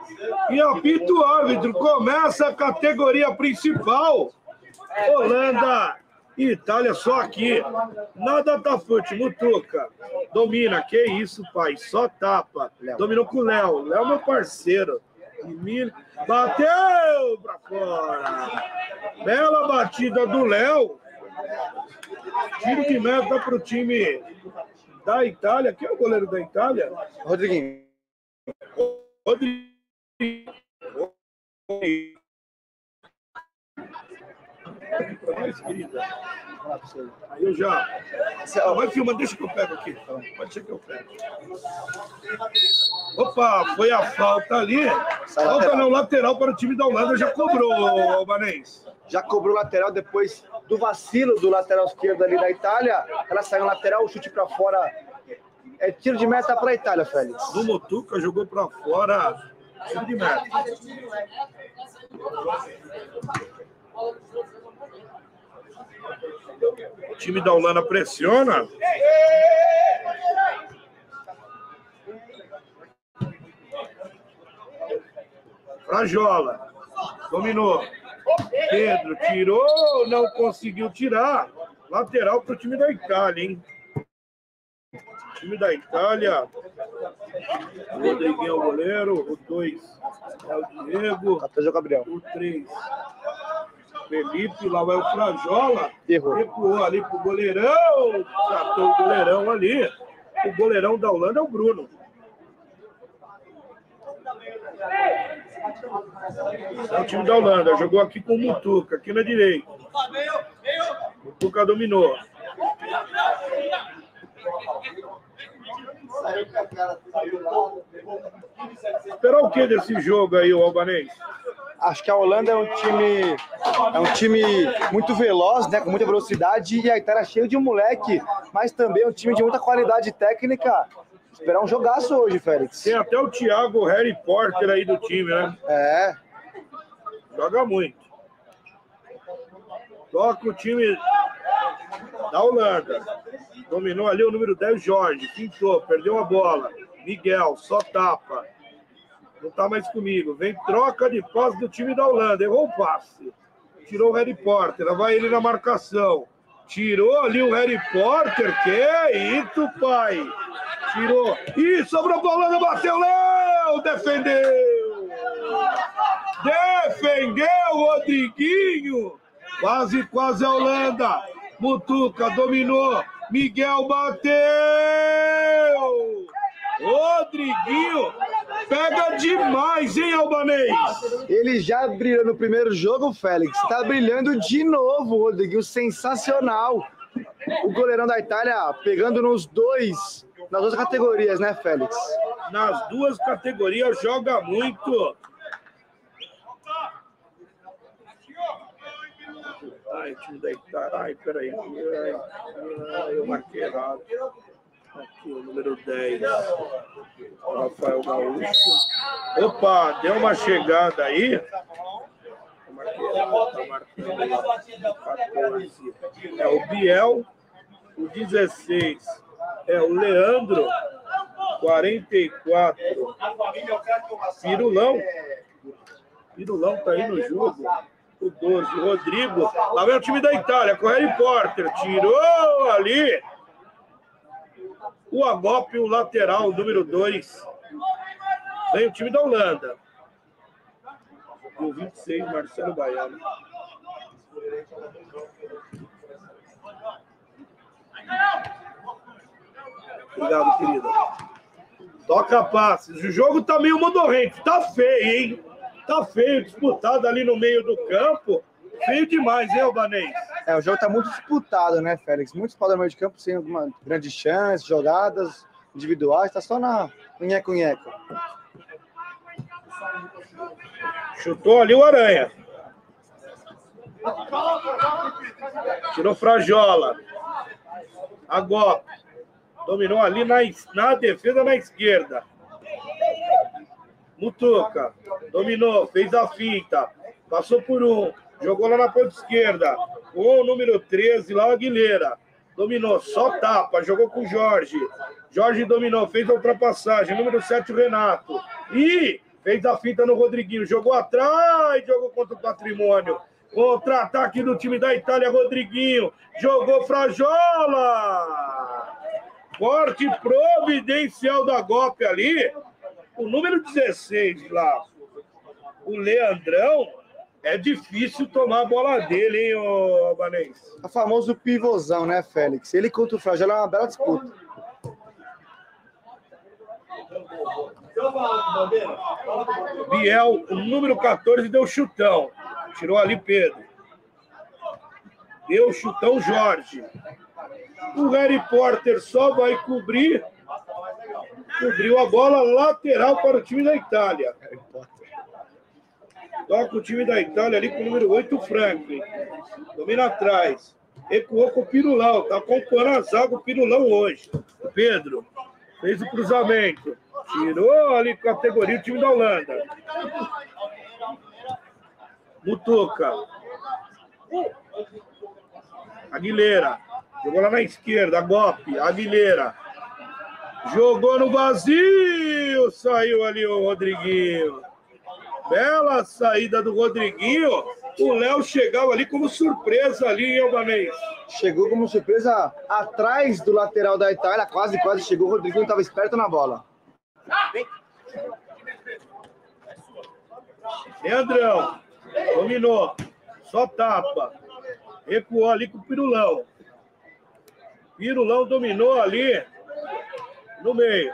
E apita o árbitro. Começa a categoria principal. Holanda e Itália só aqui. Na Datafute, Mutuca. Domina. Que isso, pai? Só tapa. Dominou com o Léo. Léo, meu parceiro. Bateu pra fora. Bela batida do Léo. Tiro de meta pro time da Itália. Quem é o goleiro da Itália? Rodriguinho. Aí eu já. Vai filmando, deixa que eu pego aqui. Pode ser que eu pego. Opa, foi a falta ali. Falta não, lateral para o time da Holanda. Já cobrou, Albanês. Já cobrou lateral depois do vacilo do lateral esquerdo ali da Itália. Ela saiu lateral, o chute para fora. É tiro de meta para a Itália, Félix. Do Mutuca jogou para fora. Tiro de meta. O time da Holanda pressiona. Frajola. Dominou. Pedro tirou, não conseguiu tirar. Lateral para o time da Itália, hein? O time da Itália. O Rodriguinho é o goleiro. O 2 é o Diego. 14 é o Gabriel. O 3, Felipe. Lá vai o Frajola. Errou. Recuou ali pro goleirão. Tratou o goleirão ali. O goleirão da Holanda é o Bruno. É o time da Holanda. Jogou aqui com o Mutuca, aqui na direita. Mutuca dominou. Esperar o que desse jogo aí, o Albanês? Acho que a Holanda é um time muito veloz, né, com muita velocidade, e a Itália é cheia de moleque, mas também é um time de muita qualidade técnica. Esperar um jogaço hoje, Félix. Tem até o Thiago Harry Potter aí do time, né? É. Joga muito. Toca o time da Holanda. Dominou ali o número 10, Jorge. Pintou, perdeu a bola. Miguel, só tapa. Não tá mais comigo. Vem troca de passe do time da Holanda. Errou o passe. Tirou o Harry Potter. Lá vai ele na marcação. Tirou ali o Harry Potter. Que é isso, pai? Tirou. Ih, sobrou pra Holanda, bateu, Léo! Defendeu! Defendeu, Rodriguinho! Quase a Holanda. Mutuca dominou. Miguel bateu! Rodriguinho pega demais, hein, Albanês? Ele já brilhou no primeiro jogo, Félix. Tá brilhando de novo, Rodriguinho. Sensacional. O goleirão da Itália pegando nas duas categorias, né, Félix? Nas duas categorias joga muito. Ai, time da Itália. Ai, peraí. Ai, eu marquei errado. Aqui, o número 10. Rafael Gaúcho. Opa, deu uma chegada aí. Eu marquei errado, tá marcando 14. É o Biel. O 16 é o Leandro. 44. Pirulão. Pirulão tá aí no jogo. O 12, Rodrigo. Lá vem o time da Itália, com o Harry Potter. Tirou ali. O Agop, o lateral, número 2. Vem o time da Holanda. O 26, Marcelo Baiano. Obrigado, querida. Toca passes. O jogo tá meio modorrento. Tá feio, hein? Tá feio, disputado ali no meio do campo. Feio demais, hein, Albanês? O jogo tá muito disputado, né, Félix? Muito disputado no meio de campo, sem alguma grande chance, jogadas individuais. Tá só na nheco-nheco. Chutou ali o Aranha. Tirou Frajola. Agora. Dominou ali na defesa na esquerda. Mutuca. Dominou, fez a finta. Passou por um. Jogou lá na ponta esquerda. O número 13, lá o Aguilera. Dominou, só tapa. Jogou com o Jorge. Jorge dominou, fez a ultrapassagem. Número 7, o Renato. E Fez a finta no Rodriguinho, jogou atrás, jogou contra o Patrimônio. Contra-ataque do time da Itália, Rodriguinho. Jogou Frajola. Corte providencial da Golpe ali. O número 16 lá. O Leandrão. É difícil tomar a bola dele, hein, ô Albanês? O famoso pivôzão, né, Félix? Ele contra o Frajola é uma bela disputa. Biel, o número 14, deu chutão. Tirou ali Pedro. Deu chutão Jorge. O Harry Potter só vai cobrir. Cobriu a bola lateral para o time da Itália. Toca o time da Itália ali com o número 8, o Franklin. Domina atrás. Recuou com o Pirulão. Tá acompanhando a zaga o Pirulão hoje. Pedro fez o cruzamento. Tirou ali categoria o time da Holanda. Mutuca. Aguilera. Jogou lá na esquerda. Golpe. Aguilera. Jogou no vazio. Saiu ali o Rodriguinho. Bela saída do Rodriguinho. O Léo chegava ali como surpresa ali, hein, Albanês? Chegou como surpresa atrás do lateral da Itália. Quase chegou. O Rodriguinho estava esperto na bola. Leandrão. Dominou. Só tapa. Recuou ali com o Pirulão. Pirulão dominou ali no meio.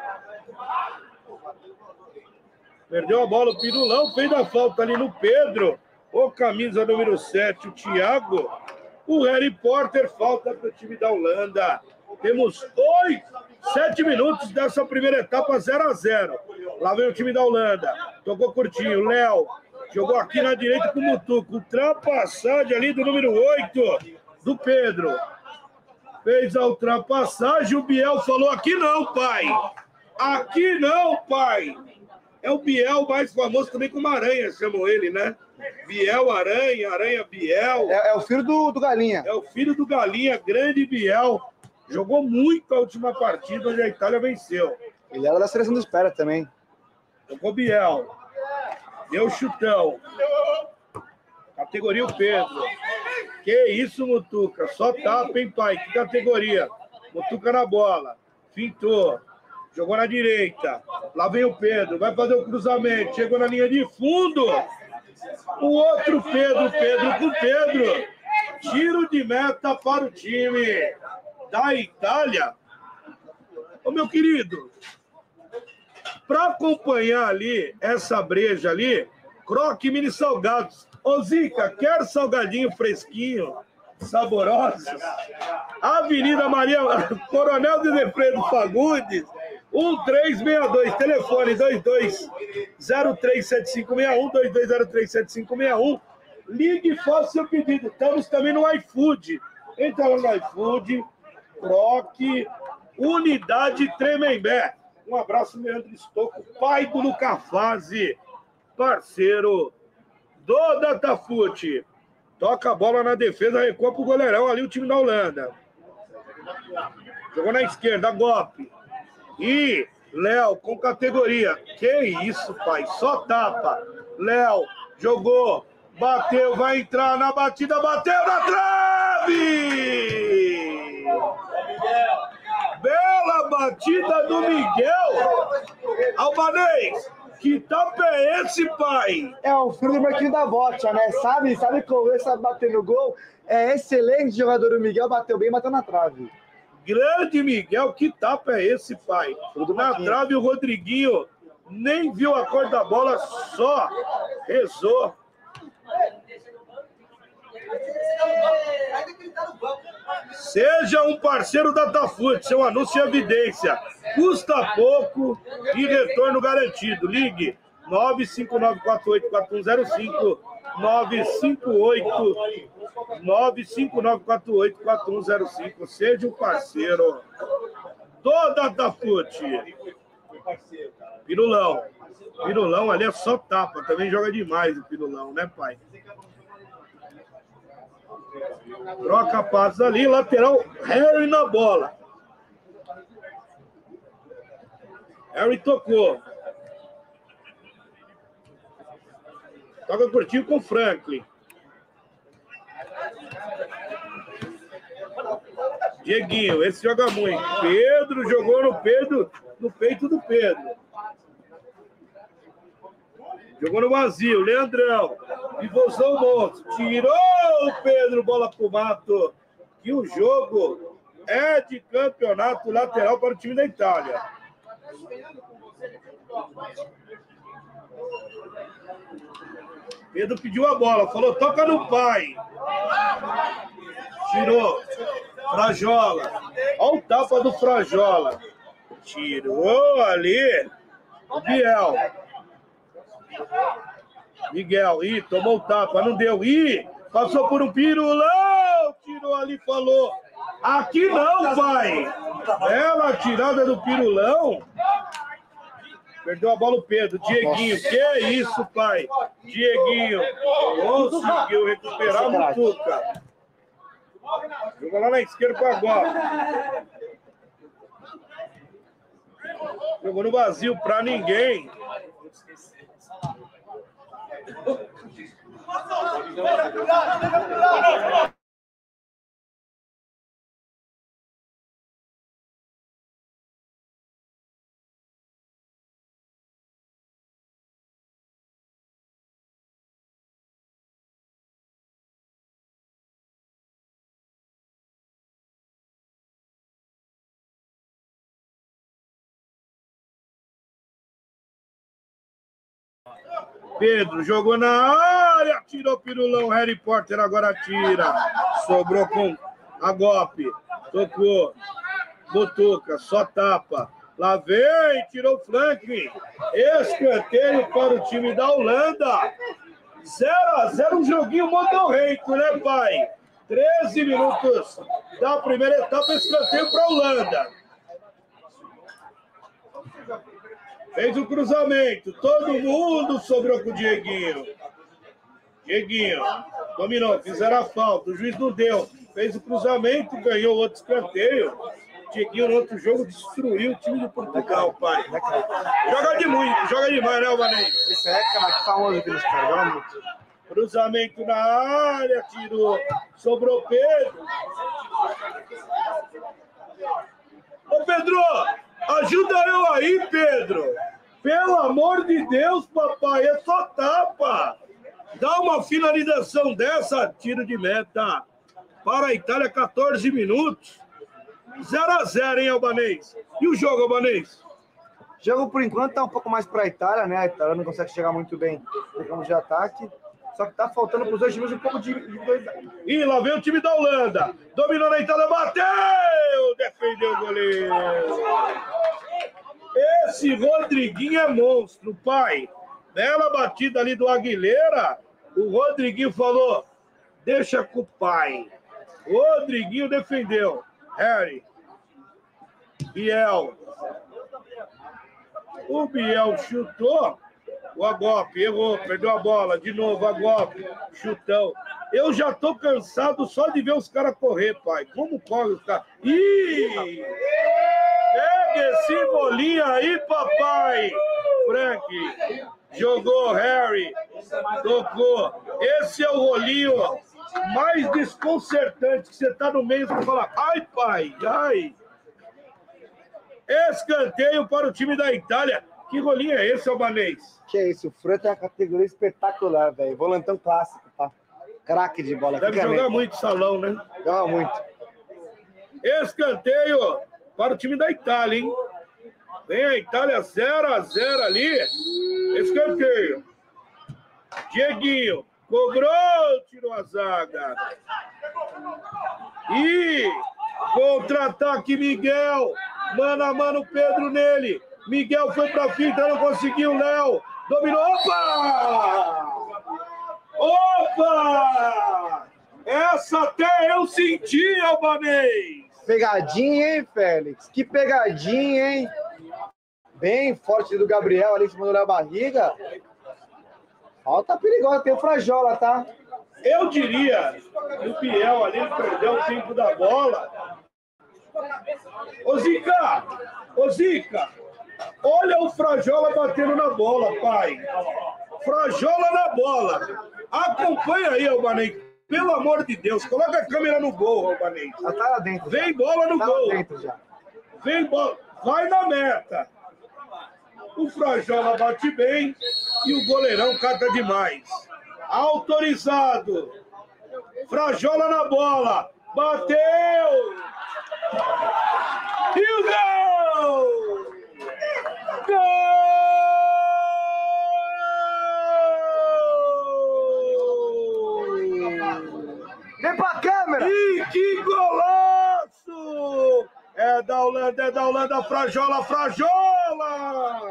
Perdeu a bola, o Pirulão fez a falta ali no Pedro. O camisa número 7, o Thiago. O Harry Potter, falta para o time da Holanda. Temos 7 minutos dessa primeira etapa, 0-0. Lá vem o time da Holanda. Tocou curtinho, Léo. Jogou aqui na direita com o Mutuco. Ultrapassagem ali do número 8, do Pedro. Fez a ultrapassagem, o Biel falou, aqui não, pai. Aqui não, pai. É o Biel mais famoso também como Aranha, chamam ele, né? Biel Aranha, Aranha Biel. É o filho do Galinha. É o filho do Galinha, grande Biel. Jogou muito a última partida onde a Itália venceu. Ele era da seleção do Espera também. Jogou Biel. Deu chutão. Categoria o Pedro. Que isso, Mutuca? Só tapa, hein, pai? Que categoria? Mutuca na bola. Fintou. Jogou na direita. Lá vem o Pedro. Vai fazer o cruzamento. Chegou na linha de fundo. O outro Pedro. Pedro com Pedro. Tiro de meta para o time da Itália. Ô, meu querido. Para acompanhar ali, essa breja ali, Croque Mini Salgados. Ô, Zica, quer salgadinho fresquinho, saborosos? Avenida Maria Coronel de Defredo Fagundes, 1362, telefone 22037561, 22037561. Ligue e faça seu pedido. Estamos também no iFood. Entra lá no iFood, Croque, Unidade Tremembé. Um abraço, Leandro Estocco, pai do Lucafase, parceiro do Datafute. Toca a bola na defesa, recua pro goleirão ali, o time da Holanda. Jogou na esquerda, golpe. E Léo com categoria. Que isso, pai, só tapa. Léo jogou, bateu, vai entrar na batida, bateu na trave! Bela batida do Miguel. Albanês, que tapa é esse, pai? É o filho do Marquinhos da Bocha, né? Sabe correr, sabe bater no gol. É excelente jogador o Miguel, bateu bem, bateu na trave. Grande Miguel, que tapa é esse, pai? Na trave o Rodriguinho nem viu a cor da bola, só rezou. Seja um parceiro da Datafute, seu anúncio e evidência. Custa pouco e retorno garantido. Ligue 959484105, 959484105. Seja um parceiro do Datafute. Pirulão. Pirulão ali é só tapa. Também joga demais o Pirulão, né, pai? Troca passos ali, lateral, Harry na bola. Harry tocou. Toca curtinho com o Franklin. Dieguinho, esse joga muito. Pedro jogou no peito do Pedro. Jogou no vazio, Leandrão. Pivôzão monstro. Tirou o Pedro, bola pro mato. E o jogo é de campeonato lateral para o time da Itália. Pedro pediu a bola, falou, toca no pai. Tirou. Frajola. Olha o tapa do Frajola. Tirou ali. O Biel. Miguel. Ih, tomou o tapa, não deu. Ih, passou por um pirulão. Tirou ali, falou. Aqui não, pai. Bela tirada do pirulão. Perdeu a bola o Pedro. Dieguinho, que é isso, pai? Dieguinho conseguiu recuperar o Mutuca. Joga lá na esquerda com a bola. Jogou no vazio pra ninguém. Pedro jogou na área, tirou o pirulão, Harry Potter agora tira. Sobrou com a golpe. Tocou. Butuca, só tapa. Lá vem, tirou o Franklin. Escanteio para o time da Holanda. 0-0, um joguinho modorrento, né, pai? 13 minutos da primeira etapa, escanteio para a Holanda. Fez o cruzamento, todo mundo sobrou com o Dieguinho. Dieguinho dominou, fizeram a falta, o juiz não deu. Fez o cruzamento, ganhou outro escanteio. Dieguinho no outro jogo destruiu o time de Portugal, pai. Joga demais, né, Albanês? Isso é que famoso aqueles caras, Cruzamento na área, tirou, sobrou Pedro. Ô, Pedro, ajuda eu aí, Pedro. Pelo amor de Deus, papai, é só tapa. Dá uma finalização dessa, tiro de meta. Para a Itália, 14 minutos. 0-0, hein, Albanês? E o jogo, Albanês? O jogo, por enquanto, tá um pouco mais para a Itália, né? A Itália não consegue chegar muito bem no campo de ataque. Só que tá faltando para os dois times um pouco de... E lá vem o time da Holanda. Dominou na Itália, bateu! Defendeu o goleiro. Esse Rodriguinho é monstro, pai. Bela batida ali do Aguilera. O Rodriguinho falou, deixa com o pai. Rodriguinho defendeu. Harry. Biel. O Biel chutou. O Agop errou, perdeu a bola. De novo, Agop. Chutão. Eu já tô cansado só de ver os caras correr, pai. Como corre os caras? Ih! Pega esse bolinho aí, papai. Frank. Jogou, Harry. Tocou. Esse é o rolinho mais desconcertante, que você tá no meio e fala, ai, pai, ai. Escanteio para o time da Itália. Que rolinho é esse, Albanês? Que é isso, o Fran tem uma categoria espetacular, velho. Volantão clássico, tá? Craque de bola. Deve jogar muito salão, né? Joga muito. Escanteio para o time da Itália, hein? Vem a Itália 0-0 ali. Escanteio. Dieguinho. Cobrou, tirou a zaga. E contra-ataque, Miguel. Mano a mano, Pedro nele. Miguel foi pra finta, não conseguiu. Léo dominou. Opa! Opa! Essa até eu senti, Albanês. Pegadinha, hein, Félix? Que pegadinha, hein? Bem forte do Gabriel ali em cima da barriga. Falta perigosa, tem o Frajola, tá? Eu diria que o Biel ali perdeu o tempo da bola. Ô Zica, olha o Frajola batendo na bola, pai. Frajola na bola. Acompanha aí, Albanês. Pelo amor de Deus, coloca a câmera no gol, Albanês. Já tá lá dentro. Vem bola no gol. Dentro já. Vem bola. Vai na meta. O Frajola bate bem e o goleirão cata demais. Autorizado. Frajola na bola. Bateu. E o gol! Gol! Vem pra câmera! E que golaço! É da Holanda, Frajola, Frajola!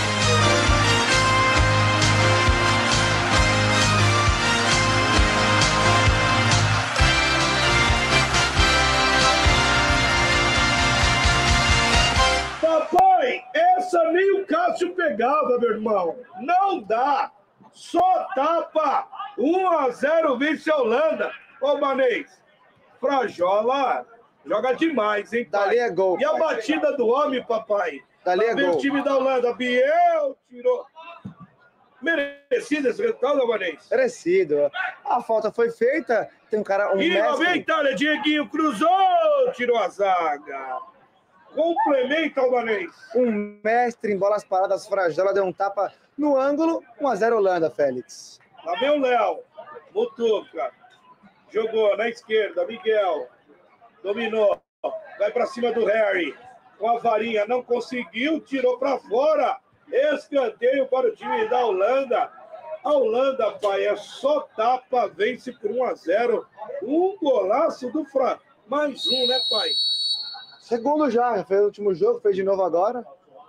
Papai, essa nem o Cássio pegava, meu irmão. Não dá. Só tapa. 1-0 vence a Holanda. Ô, Manês, Frajola joga demais, hein, pai? Dali é gol. E a batida do homem, papai? Dali é gol. O time da Holanda, Biel tirou. Merecido esse resultado, Manês? Merecido. A falta foi feita. Tem um cara, E lá vem a mestre. Itália, Dieguinho cruzou, tirou a zaga. Complementa, Albanês. Um mestre em bolas paradas, Frajola deu um tapa no ângulo. 1-0 Holanda, Félix. Lá vem o Léo. Mutuca. Jogou na esquerda, Miguel. Dominou. Vai pra cima do Harry. Com a varinha, não conseguiu, tirou pra fora. Escanteio para o time da Holanda. A Holanda, pai, é só tapa, vence por 1-0. Um golaço do Fra. Mais um, né, pai? Segundo já, fez o último jogo, fez de novo agora.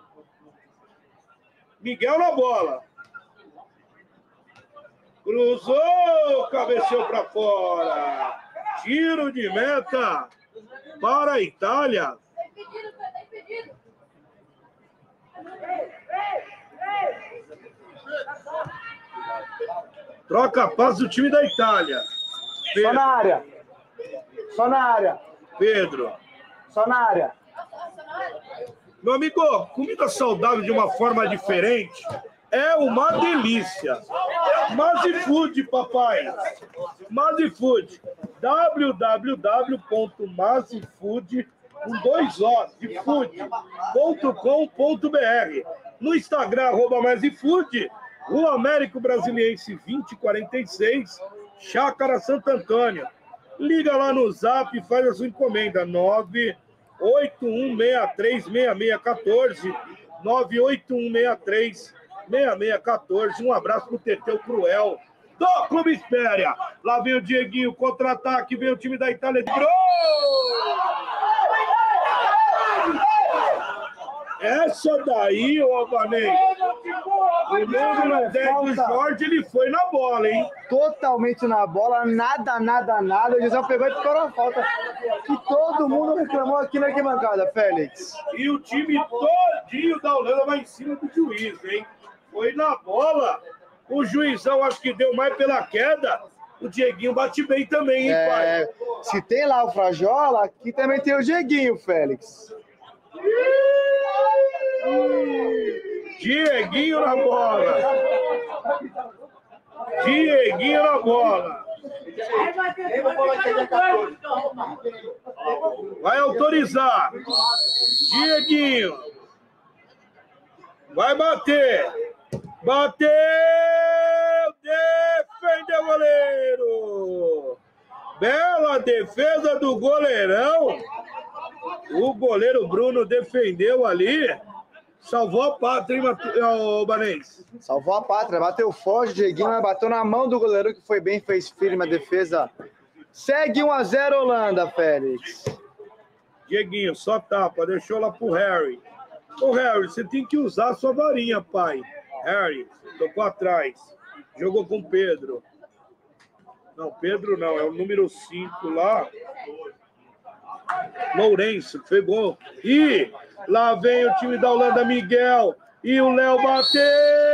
Miguel na bola. Cruzou, cabeceou para fora. Tiro de meta para a Itália. Troca a paz do time da Itália. Só na área. Só na área. Pedro. Só na área. Meu amigo, comida saudável de uma forma diferente é uma delícia. Mazifood, papai. Mazifood. www.mazifood.com.br. No Instagram, @mazifood. Rua Américo Brasiliense 2046, Chácara Santo Antônio. Liga lá no Zap e faz a sua encomenda. 981636614. 981636614. Um abraço pro Teteu Cruel do Clube Espéria. Lá vem o Dieguinho, contra-ataque, vem o time da Itália. Gol! Essa daí, ô Albanês, o número 10 do Jorge, ele foi na bola, hein? Totalmente na bola, nada. O Gisel pegou e ficou na falta. Que todo mundo reclamou aqui na arquibancada, Félix. E o time todinho da Holanda vai em cima do juiz, hein? Foi na bola. O juizão acho que deu mais pela queda. O Dieguinho bate bem também, hein, pai? Se tem lá o Frajola, aqui também tem o Dieguinho, Félix. Dieguinho na bola. Dieguinho na bola. Vai autorizar. Dieguinho. Vai bater. Bateu. Defendeu o goleiro. Bela defesa do goleirão. O goleiro Bruno defendeu ali. Salvou a pátria, hein, Banês? Salvou a pátria, bateu forte, Dieguinho, mas bateu na mão do goleiro que foi bem, fez firme a defesa. Segue 1-0 Holanda, Félix. Dieguinho, só tapa, deixou lá pro Harry. Ô, Harry, você tem que usar a sua varinha, pai. Harry, tocou atrás. Jogou com Pedro. Não, Pedro não, é o número 5 lá. Lourenço, pegou. E lá vem o time da Holanda, Miguel. E o Léo bateu.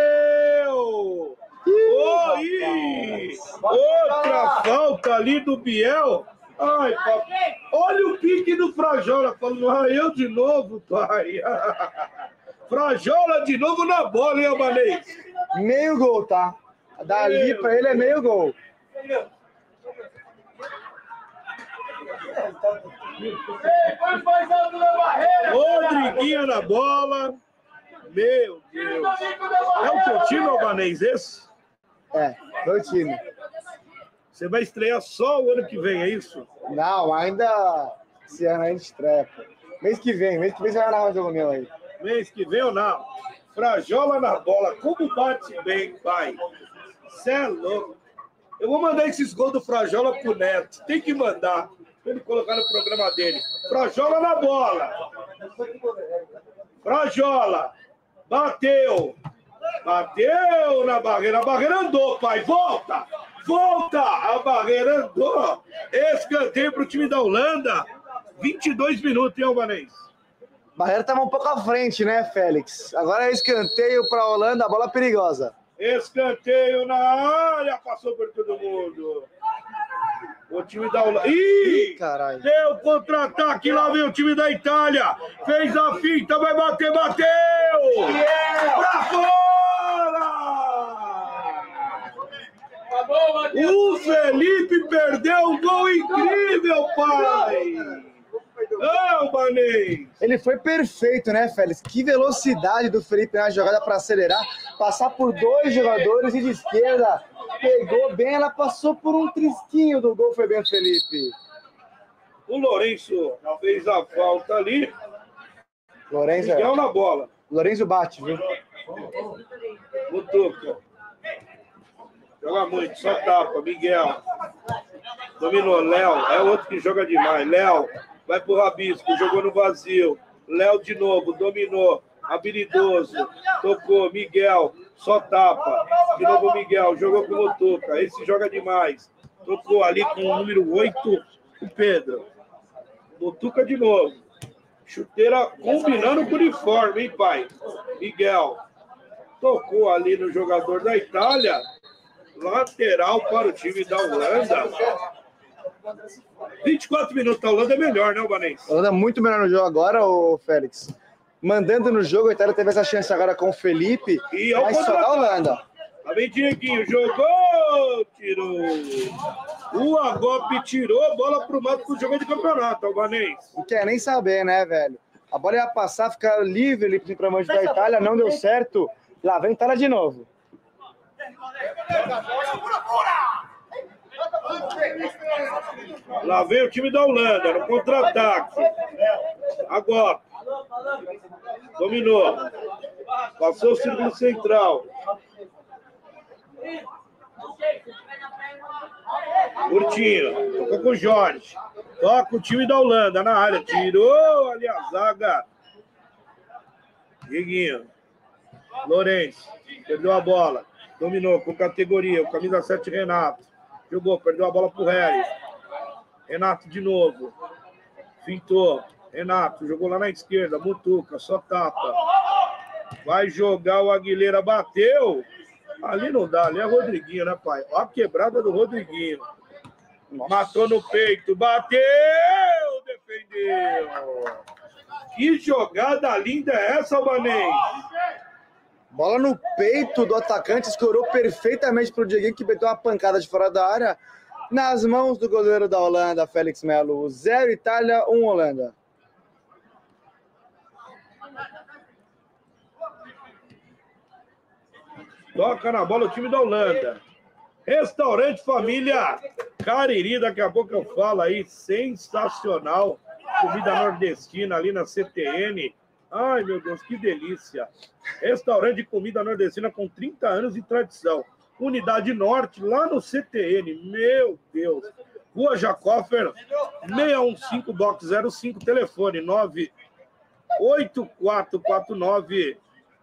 Outra falta ali do Biel. Ai, papai. Olha o pique do Frajola. Falando, eu de novo, pai. Frajola de novo na bola, hein, Albanês? Meio gol, tá? Dali pra ele é meio gol. Rodriguinho na bola. Meu Deus. É o teu time, Albanês, esse? É, meu time. Você vai estrear só o ano que vem, é isso? Não, ainda esse ano a gente estreia. Mês que vem você vai narrar um jogo meu aí. Mês que vem ou não? Frajola na bola. Como bate bem, pai. Cê é louco. Eu vou mandar esses gols do Frajola pro Neto. Tem que mandar. Pra ele colocar no programa dele. Frajola na bola. Frajola. Bateu. Bateu na barreira. A barreira andou, pai. Volta. Volta. A barreira andou. Escanteio pro time da Holanda. 22 minutos, hein, Albanês? Barreira estava um pouco à frente, né, Félix? Agora é escanteio para a Holanda, a bola perigosa. Escanteio na área, passou por todo mundo. O time da Holanda. Ih! Caralho. Deu contra-ataque, lá vem o time da Itália. Fez a finta, vai bater, bateu! Pra fora! O Felipe perdeu um gol incrível, pai! Não, Banês! Ele foi perfeito, né, Félix? Que velocidade do Felipe na jogada para acelerar, passar por dois jogadores e de esquerda. Pegou bem, ela passou por um trisquinho do gol, foi bem o Felipe. O Lourenço fez a falta ali. Lourenço, Miguel na bola. Lourenço bate, viu? Mutuca. Joga muito, só tapa. Miguel. Dominou. Léo. É outro que joga demais. Léo. Vai pro Rabisco. Jogou no vazio. Léo de novo. Dominou. Habilidoso. Tocou. Miguel. Só tapa. De novo Miguel. Jogou com o Mutuca. Esse joga demais. Tocou ali com o número 8. O Pedro. Mutuca de novo. Chuteira combinando com o uniforme, hein, pai? Miguel. Tocou ali no jogador da Itália. Lateral para o time da Holanda. 24 minutos. A Holanda é melhor, né, Albanês? A Holanda é muito melhor no jogo agora, ô Félix. Mandando no jogo, a Itália teve essa chance agora com o Felipe. E é o mas só da Holanda. Lá vem Dieguinho. Jogou. Tirou. O Agop tirou a bola pro mato pro jogo de campeonato, Albanês. Não quer nem saber, né, velho? A bola ia passar, ficar livre ali para da Itália, não deu certo. Lá vem Itália de novo. Lá vem o time da Holanda, no contra-ataque. Agora. Dominou. Passou o círculo central. Curtinho. Tocou com o Jorge. Toca o time da Holanda na área. Tirou ali a zaga. Dieguinho. Lourenço. Perdeu a bola. Dominou com categoria. O camisa 7, Renato. Jogou, perdeu a bola pro Harry. Renato de novo. Fintou. Renato, jogou lá na esquerda. Mutuca, só tapa. Vai jogar o Aguilera, bateu. Ali não dá, ali é Rodriguinho, né, pai? Ó a quebrada do Rodriguinho. Matou no peito, bateu, defendeu. Que jogada linda é essa, Albanês? Bola no peito do atacante, escorou perfeitamente pro Dieguinho, que meteu uma pancada de fora da área. Nas mãos do goleiro da Holanda, Félix Melo. 0 Itália, 1 Holanda. Toca na bola o time da Holanda. Restaurante Família Cariri, daqui a pouco eu falo aí. Sensacional. Comida nordestina ali na CTN. Ai, meu Deus, que delícia. Restaurante de comida nordestina com 30 anos de tradição. Unidade Norte, lá no CTN. Meu Deus. Rua Jacófer, 615, box 05, telefone 98449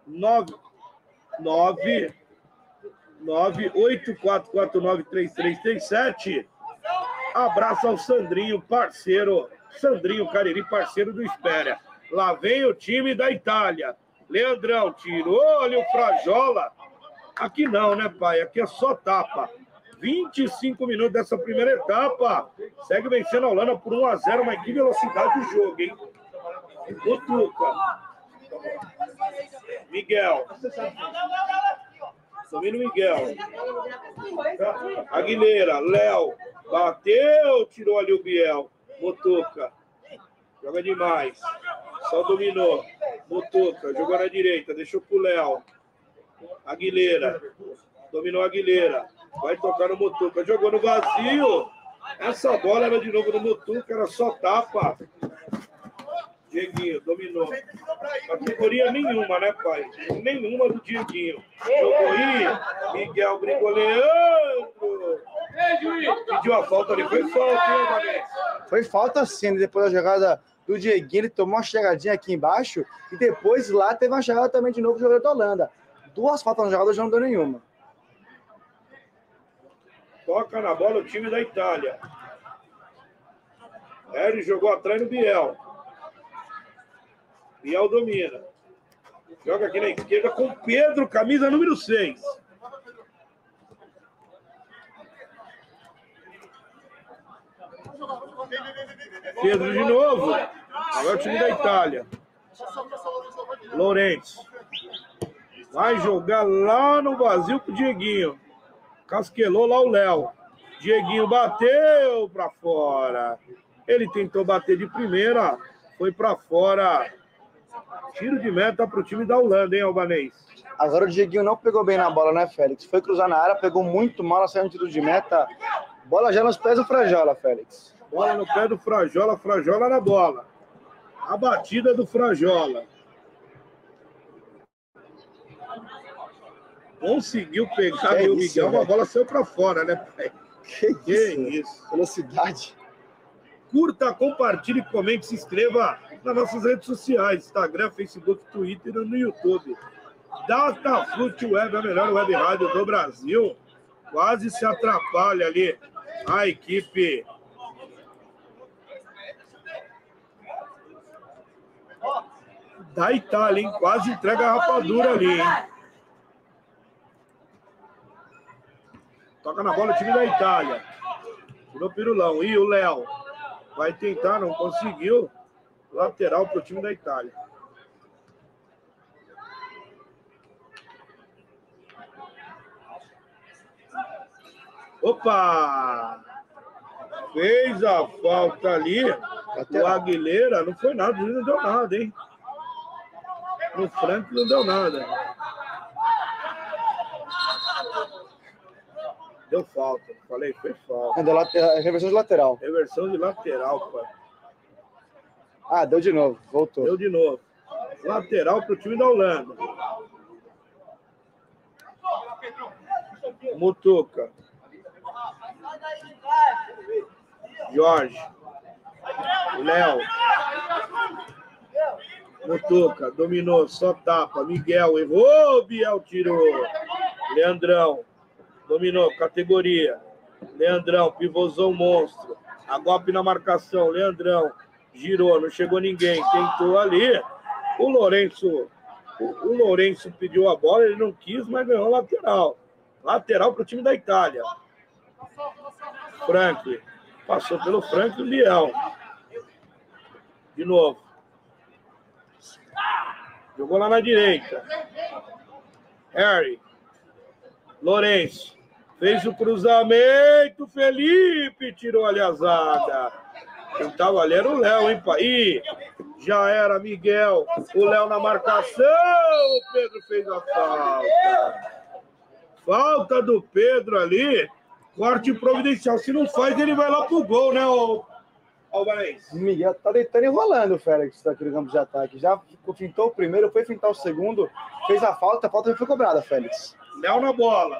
984493337. Abraço ao Sandrinho, parceiro. Sandrinho Cariri, parceiro do Espéria. Lá vem o time da Itália. Leandrão tirou ali o Frajola. Aqui não, né, pai? Aqui é só tapa. 25 minutos dessa primeira etapa. Segue vencendo a Holanda por 1-0, mas que velocidade do jogo, hein? O Tuca. Miguel. Domina o Miguel. Aguilera, Léo. Bateu, tirou ali o Biel. Mutuca. Joga demais. Só dominou. Mutuca, jogou na direita, deixou pro Léo. Aguilera. Dominou a Aguilera. Vai tocar no Mutuca. Jogou no vazio. Essa bola era de novo no Mutuca, era só tapa. Dieguinho, dominou. Categoria nenhuma, né, pai? Nenhuma do Dieguinho. Jogou aí, Miguel Leandro. Pediu a falta ali, foi falta, hein, Vanessa? Foi falta sim, depois da jogada do Dieguinho, ele tomou uma chegadinha aqui embaixo e depois lá teve uma chegada também de novo do jogador da Holanda. 2 faltas na jogada, já não deu nenhuma. Toca na bola o time da Itália. Ele jogou atrás no Biel. Biel domina. Joga aqui na esquerda com Pedro, camisa número 6. Pedro de novo. Agora o time da Itália. Lourenço. Vai jogar lá no vazio pro Dieguinho. Casquelou lá o Léo. Dieguinho bateu pra fora. Ele tentou bater de primeira. Foi pra fora. Tiro de meta pro time da Holanda, hein, Albanês? Agora o Dieguinho não pegou bem na bola, né, Félix? Foi cruzar na área, pegou muito mal, ela saiu no tiro de meta. Bola já nos pés do Frajola, Félix. Bola no pé do Frajola, Frajola na bola. A batida do Frajola. Conseguiu pegar o Miguel, a bola saiu pra fora, né, pai? Que isso? Velocidade. Curta, compartilhe, comente, se inscreva nas nossas redes sociais, Instagram, Facebook, Twitter e no YouTube. Datafute Web, a melhor web rádio do Brasil. Quase se atrapalha ali a equipe da Itália, hein? Quase entrega a rapadura ali, hein? Toca na bola o time da Itália. Tirou o Pirulão. E o Léo vai tentar, não conseguiu. Lateral para o time da Itália. Opa! Fez a falta ali. O Aguilera, não foi nada, não deu nada, hein? No Frank não deu nada. Deu falta, falei, foi falta. Reversão de lateral. Reversão de lateral, pai. Ah, deu de novo, voltou. Deu de novo. Lateral para o time da Holanda. Mutuca. Jorge. Léo. Mutuca, dominou, só tapa. Miguel errou, Biel tirou. Leandrão. Dominou, categoria. Leandrão, pivôzão monstro. A golpe na marcação, Leandrão. Girou, não chegou ninguém. Tentou ali. O Lourenço pediu a bola, ele não quis, mas ganhou lateral. Lateral para o time da Itália. Franklin. Passou pelo Franklin, Biel. De novo. Jogou lá na direita. Harry. Lourenço. Fez o cruzamento. Felipe tirou ali a zaga. Quem tava ali era o Léo, hein, pai? Já era Miguel. O Léo na marcação. O Pedro fez a falta. Falta do Pedro ali. Corte providencial. Se não faz, ele vai lá pro gol, né, Albanês? O Miguel tá deitando e rolando, o Félix, daquele campo de ataque. Já fintou o primeiro, foi fintar o segundo, fez a falta foi cobrada, Félix. Léo na bola.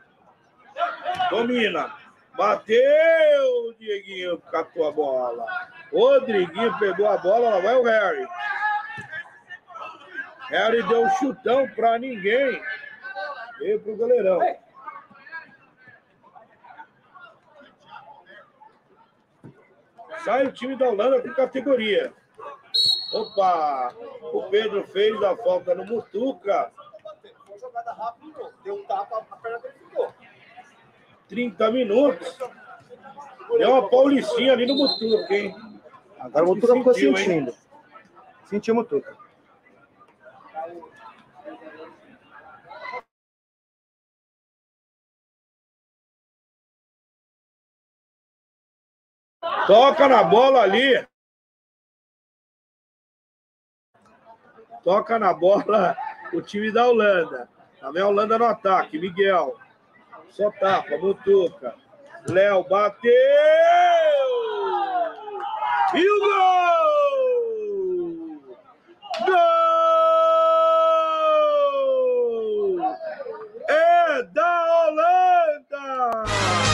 Domina. Bateu, o Dieguinho catou a bola. Rodriguinho pegou a bola, lá vai o Harry. Harry deu um chutão pra ninguém. Veio pro goleirão. Sai o time da Holanda com categoria. Opa! O Pedro fez a falta no Mutuca. Foi jogada rápida, deu um tapa, a perna dele ficou. 30 minutos. Deu uma paulistinha ali no Mutuca, hein? Agora o Mutuca ficou sentindo. Hein? Sentiu o Mutuca. Toca na bola ali. Toca na bola o time da Holanda. Também a Holanda no ataque. Miguel. Só tapa, Mutuca. Léo bateu! E o gol! Gol! É da Holanda!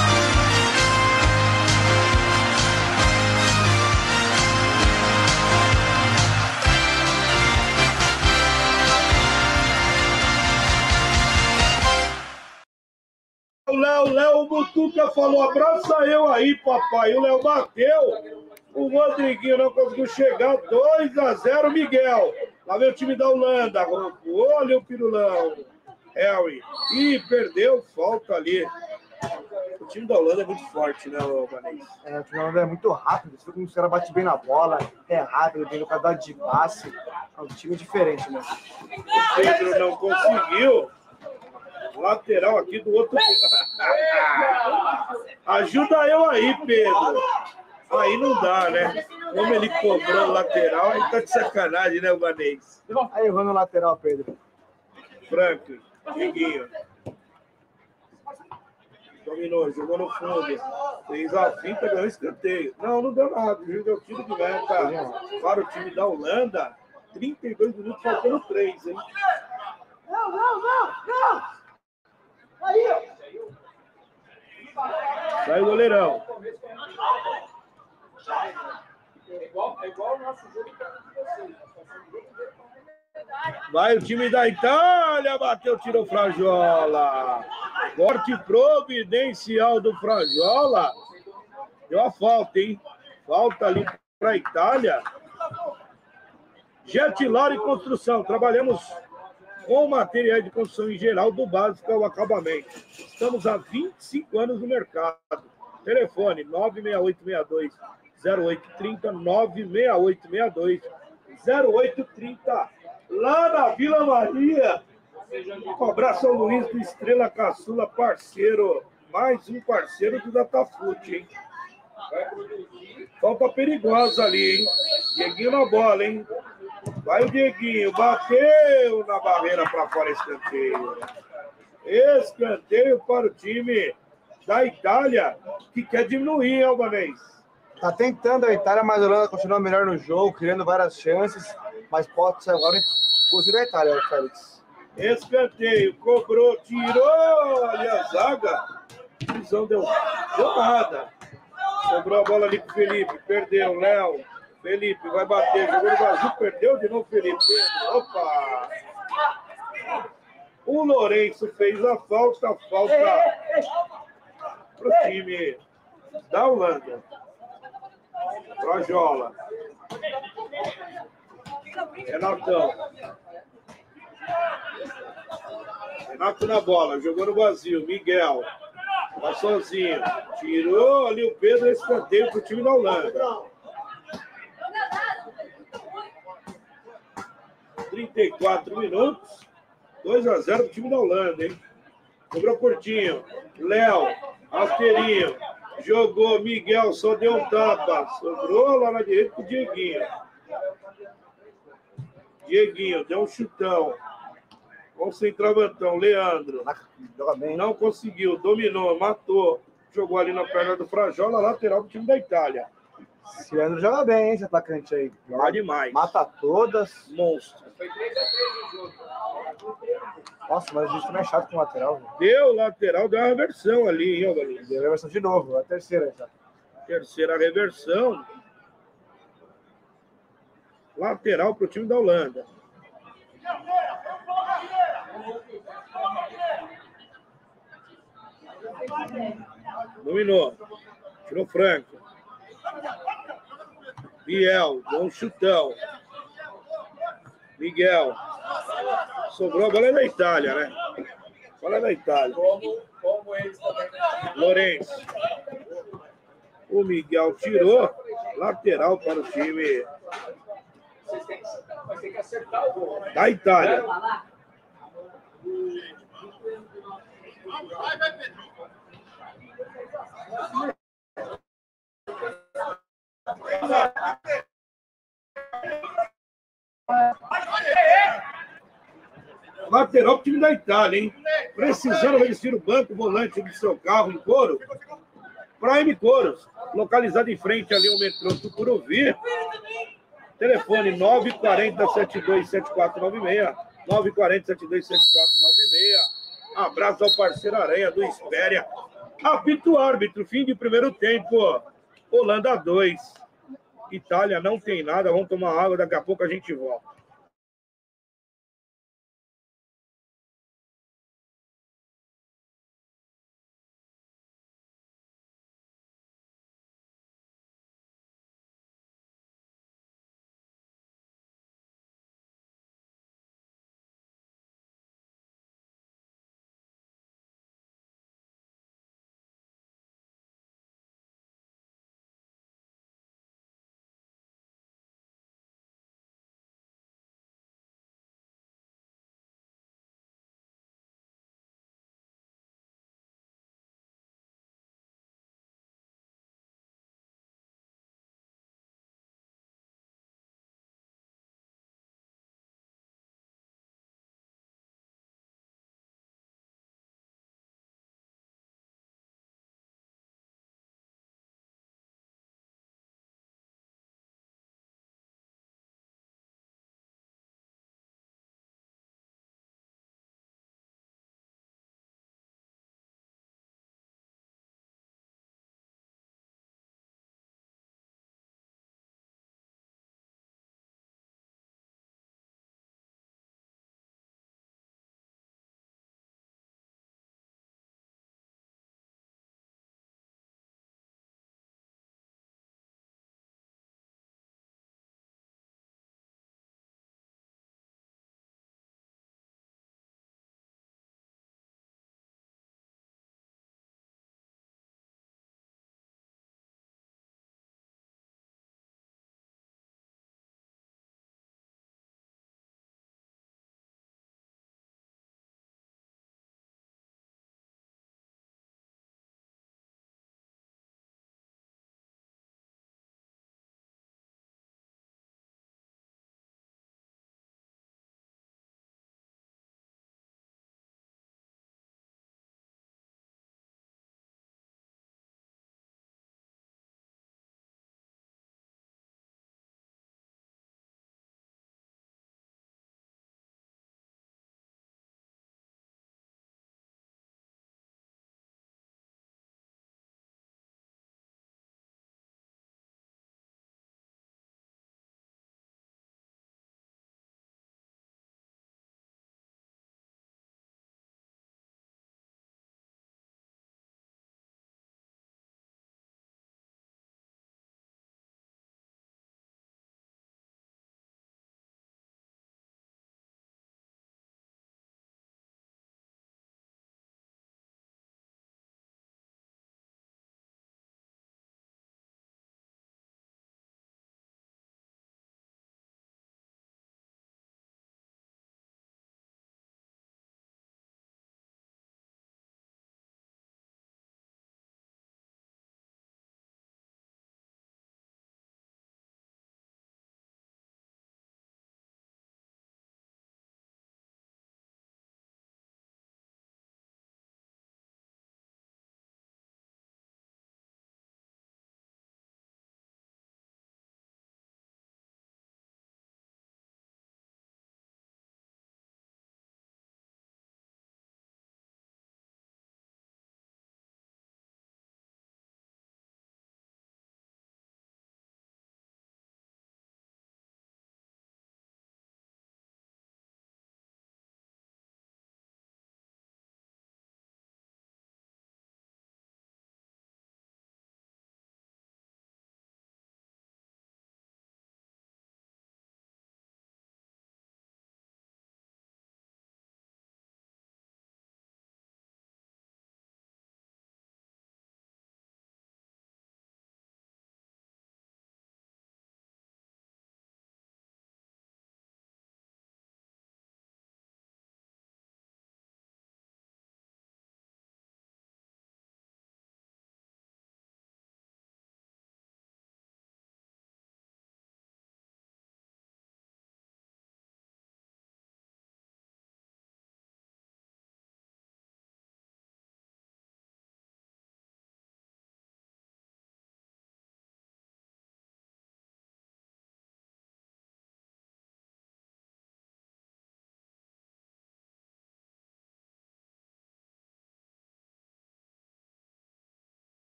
O Léo Mutuca falou, abraça eu aí, papai. O Léo bateu. O Rodriguinho não conseguiu chegar. 2-0, Miguel. Lá vem o time da Holanda. Olha o Pirulão. Harry. Ih, perdeu. Falta ali. O time da Holanda é muito forte, né, Vanessa? O time da Holanda é muito rápido. Os caras batem bem na bola. É rápido, tem capacidade de passe. É um time diferente, né? O Pedro não conseguiu. Lateral aqui do outro. Ajuda eu aí, Pedro. Aí não dá, né? Como ele cobrou o lateral, aí tá de sacanagem, né, o Vanês? Aí errou no lateral, Pedro. Franklin, Diguinho. Dominou, jogou no fundo. Fez a finta, ganhou escanteio. Não deu nada. O juiz deu tiro de meta para o time da Holanda. 32 minutos, faltando 3, hein? Não! Aí! Sai o goleirão. É igual o nosso jogo para vocês. Vai o time da Itália, bateu, tirou Frajola. Corte providencial do Frajola. Deu a falta, hein? Falta ali para a Itália. Jetlar e construção. Trabalhamos com materiais de construção em geral, do básico ao acabamento. Estamos há 25 anos no mercado. Telefone 96862-0830, 96862-0830. Lá na Vila Maria. Cobrar São Luís do Estrela Caçula, parceiro. Mais um parceiro do Datafute, hein? Falta perigosa ali, hein? Dieguinho na bola, hein? Vai o Dieguinho, bateu na barreira para fora, escanteio. Escanteio para o time da Itália, que quer diminuir, Albanês. Tá tentando a Itália, mas a Holanda continua melhor no jogo, criando várias chances, mas pode ser agora o da Itália, Félix. Escanteio, cobrou, tirou ali a zaga. Visão deu nada. Sobrou a bola ali com o Felipe, perdeu, Léo. Felipe vai bater, jogou no vazio, perdeu de novo Felipe. Opa! O Lourenço fez a falta para o time da Holanda. Frajola. Renatão. Renato na bola, jogou no vazio, Miguel. Tá sozinho. Tirou ali o Pedro, escanteio para o time da Holanda. 34 minutos. 2-0 pro time da Holanda, hein? Cobrou curtinho. Léo, rasteirinho. Jogou, Miguel, só deu um tapa. Sobrou lá na direita pro Dieguinho. Dieguinho, deu um chutão. Com o centroavantão, Leandro. Não conseguiu, dominou, matou. Jogou ali na perna do Frajola, lateral do time da Itália. Esse Leandro joga bem, hein, esse atacante aí. Joga demais. Mata todas. Monstro. Foi 3-3 o jogo. Nossa, mas a gente também é chato com o lateral. Viu? Deu lateral, deu uma reversão ali, hein, Alvarinho? Deu a reversão de novo, a terceira já. Terceira reversão. Lateral para o time da Holanda. Dominou. Tirou Franco. Biel, deu um chutão. Miguel. Sobrou a bola da Itália, né? Bola da Itália. Como eles também. Lourenço. O Miguel tirou. Lateral para o time Vai ter que acertar o gol. da Itália. Vai, Pedro. lateral pro time da Itália, hein? Precisando revestir o banco, volante do seu carro em couro. Prime Couros, localizado em frente ali ao metrô Tucuruvi. Telefone 940-727496. 940-727496. Abraço ao parceiro Aranha do Espéria. Apito árbitro, fim de primeiro tempo. Holanda 2. Itália não tem nada. Vamos tomar água, daqui a pouco a gente volta.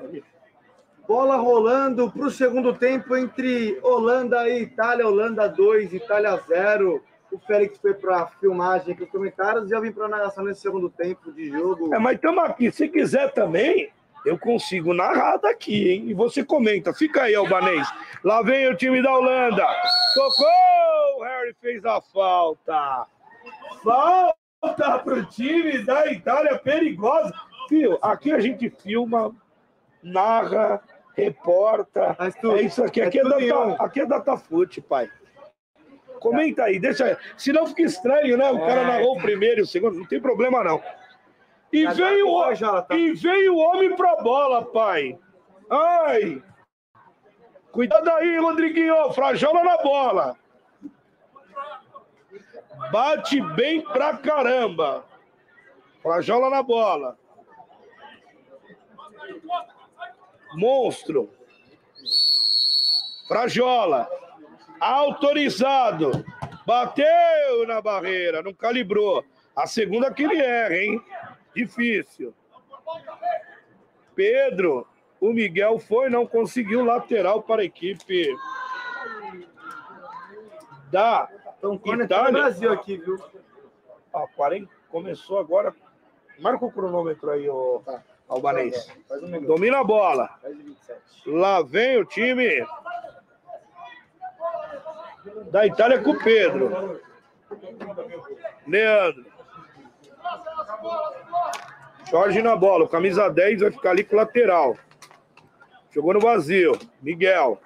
Bola rolando para o segundo tempo entre Holanda e Itália. Holanda 2, Itália 0. O Félix foi para a filmagem aqui, os comentários, e eu vim para a narração nesse segundo tempo de jogo. Mas estamos aqui. Se quiser também, eu consigo narrar daqui, hein? E você comenta. Fica aí, albanês. Lá vem o time da Holanda. Tocou! O Harry fez a falta. Falta para o time da Itália, perigosa. Filho, aqui a gente filma, narra, reporta. É isso aqui. Aqui é Datafute, pai. Comenta aí, deixa. Senão fica estranho, né? O cara narrou o primeiro e o segundo. Não tem problema, não. E veio o homem pra bola, pai. Ai! Cuidado aí, Rodriguinho. Frajola na bola. Bate bem pra caramba. Frajola na bola. Monstro. Frajola. Autorizado. Bateu na barreira. Não calibrou. A segunda que ele erra, hein? Difícil. Pedro. O Miguel foi, não conseguiu lateral para a equipe da Itália. Brasil aqui, viu? Ó, 40, começou agora. Marca o cronômetro aí, ô albanês. Domina a bola. Lá vem o time da Itália com o Pedro. Leandro. Jorge na bola. O camisa 10 vai ficar ali com o lateral. Jogou no vazio. Miguel.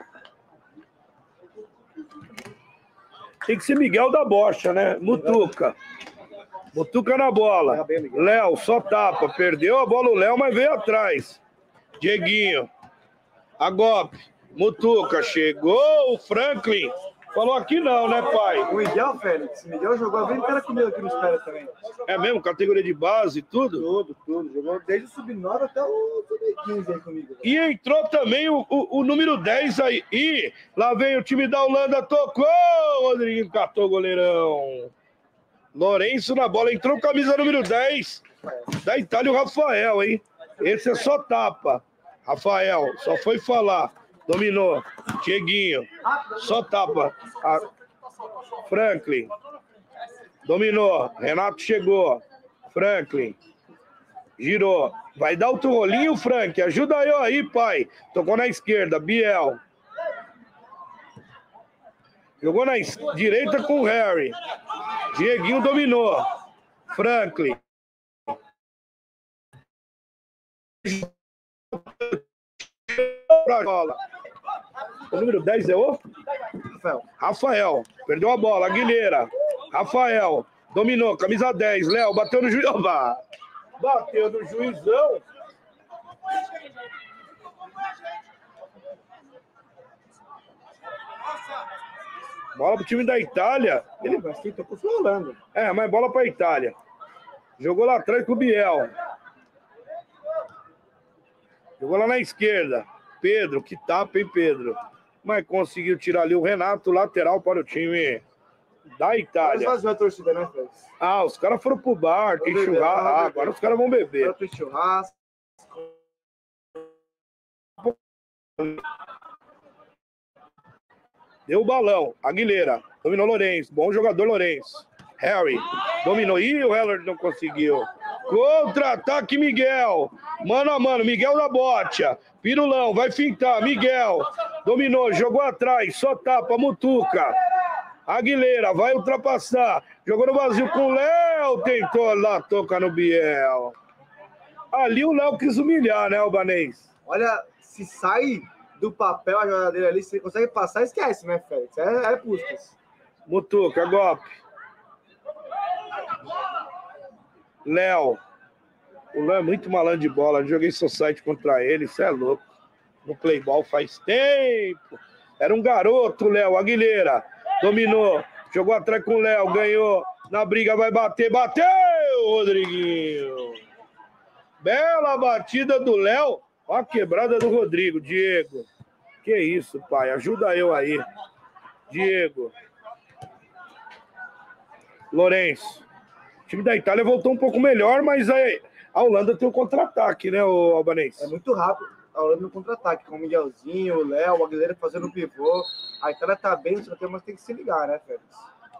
Tem que ser Miguel da Bocha, né? Mutuca. Mutuca na bola. Léo, só tapa. Perdeu a bola o Léo, mas veio atrás. Dieguinho. Agop. Mutuca. Chegou o Franklin. Falou aqui não, né, pai? O Miguel, Félix. Miguel jogou bem cara comigo aqui no Espera também. É mesmo? Categoria de base e tudo? Tudo. Jogou desde o Sub-9 até o Sub-15 aí comigo. E entrou também o número 10 aí. E lá vem o time da Holanda. Tocou! Rodriguinho catou o goleirão. Lourenço na bola. Entrou camisa número 10 da Itália, o Rafael, hein? Esse é só tapa. Rafael, só foi falar. Dominou. Dieguinho. Só tapa. Franklin. Dominou. Renato chegou. Franklin. Girou. Vai dar outro rolinho, Frank. Ajuda eu aí, pai. Tocou na esquerda. Biel. Jogou na direita com o Harry. Dieguinho dominou. Franklin. O número 10 é o? Rafael. Perdeu a bola. Aguilera. Rafael. Dominou. Camisa 10. Léo. Bateu no juizão. Bateu no juizão. Bola pro time da Itália. Ele vai ser tocou com o Holanda. É, mas bola pra Itália. Jogou lá atrás com o Biel. Jogou lá na esquerda. Pedro, que tapa, hein, Pedro? Mas conseguiu tirar ali o Renato, lateral para o time da Itália. Mas a torcida, né, Félix? Ah, os caras foram pro bar, tem churrasco. Ah, agora os caras vão beber. Tem churrasco. Deu o balão. Aguilera. Dominou Lourenço. Bom jogador, Lourenço. Harry. Dominou. Ih, o Heller não conseguiu. Contra-ataque, Miguel. Mano a mano. Miguel da Bocha. Pirulão. Vai fintar. Miguel. Dominou. Jogou atrás. Só tapa. Mutuca. Aguilera. Vai ultrapassar. Jogou no vazio com o Léo. Tentou lá. Toca no Biel. Ali o Léo quis humilhar, né, Albanês? Olha, se sai do papel a jogada dele ali, se ele consegue passar, esquece, né, Félix? É Puskas. Mutuca, golpe. Léo. O Léo é muito malandro de bola. Eu joguei society contra ele, isso é louco. No playball faz tempo. Era um garoto, Léo. Aguilera. Dominou. Jogou atrás com o Léo. Ganhou. Na briga vai bater. Bateu, Rodriguinho. Bela batida do Léo. Olha a quebrada do Rodrigo. Diego. Que isso, pai. Ajuda eu aí. Diego. Lourenço. O time da Itália voltou um pouco melhor, mas a Holanda tem um contra-ataque, né, o Albanês? É muito rápido. a Holanda no contra-ataque, com o Miguelzinho, o Léo, o Aguilera fazendo o pivô. A Itália tá bem, só que tem que se ligar, né, Félix?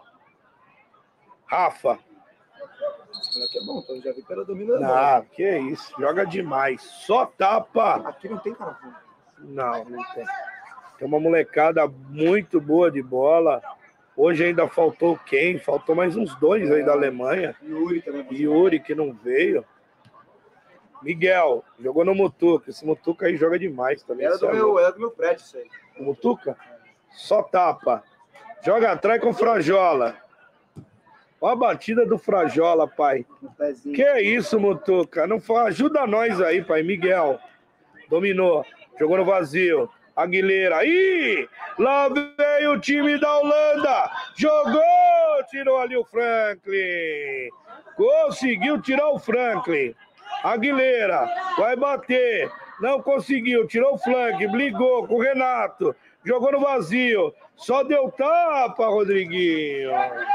Rafa. Que é bom, então já vi que ela domina. Ah, que isso, joga demais. Só tapa. Aqui não tem cara. Não tem. Tem uma molecada muito boa de bola. Hoje ainda faltou quem? Faltou mais uns 2 aí da Alemanha. Yuri também. Yuri, que não veio. Miguel, jogou no Mutuca. Esse Mutuca aí joga demais também. Era do meu prédio isso aí. O Mutuca? Só tapa. Joga atrás com o Frajola. Olha a batida do Frajola, pai. Que é isso, Mutuca? Não ajuda nós aí, pai. Miguel. Dominou. Jogou no vazio. Aguilera. Ih! Lá veio o time da Holanda. Jogou! Tirou ali o Franklin. Conseguiu tirar o Franklin. Aguilera. Vai bater. Não conseguiu. Tirou o flank. Brigou com o Renato. Jogou no vazio. Só deu tapa, Rodriguinho.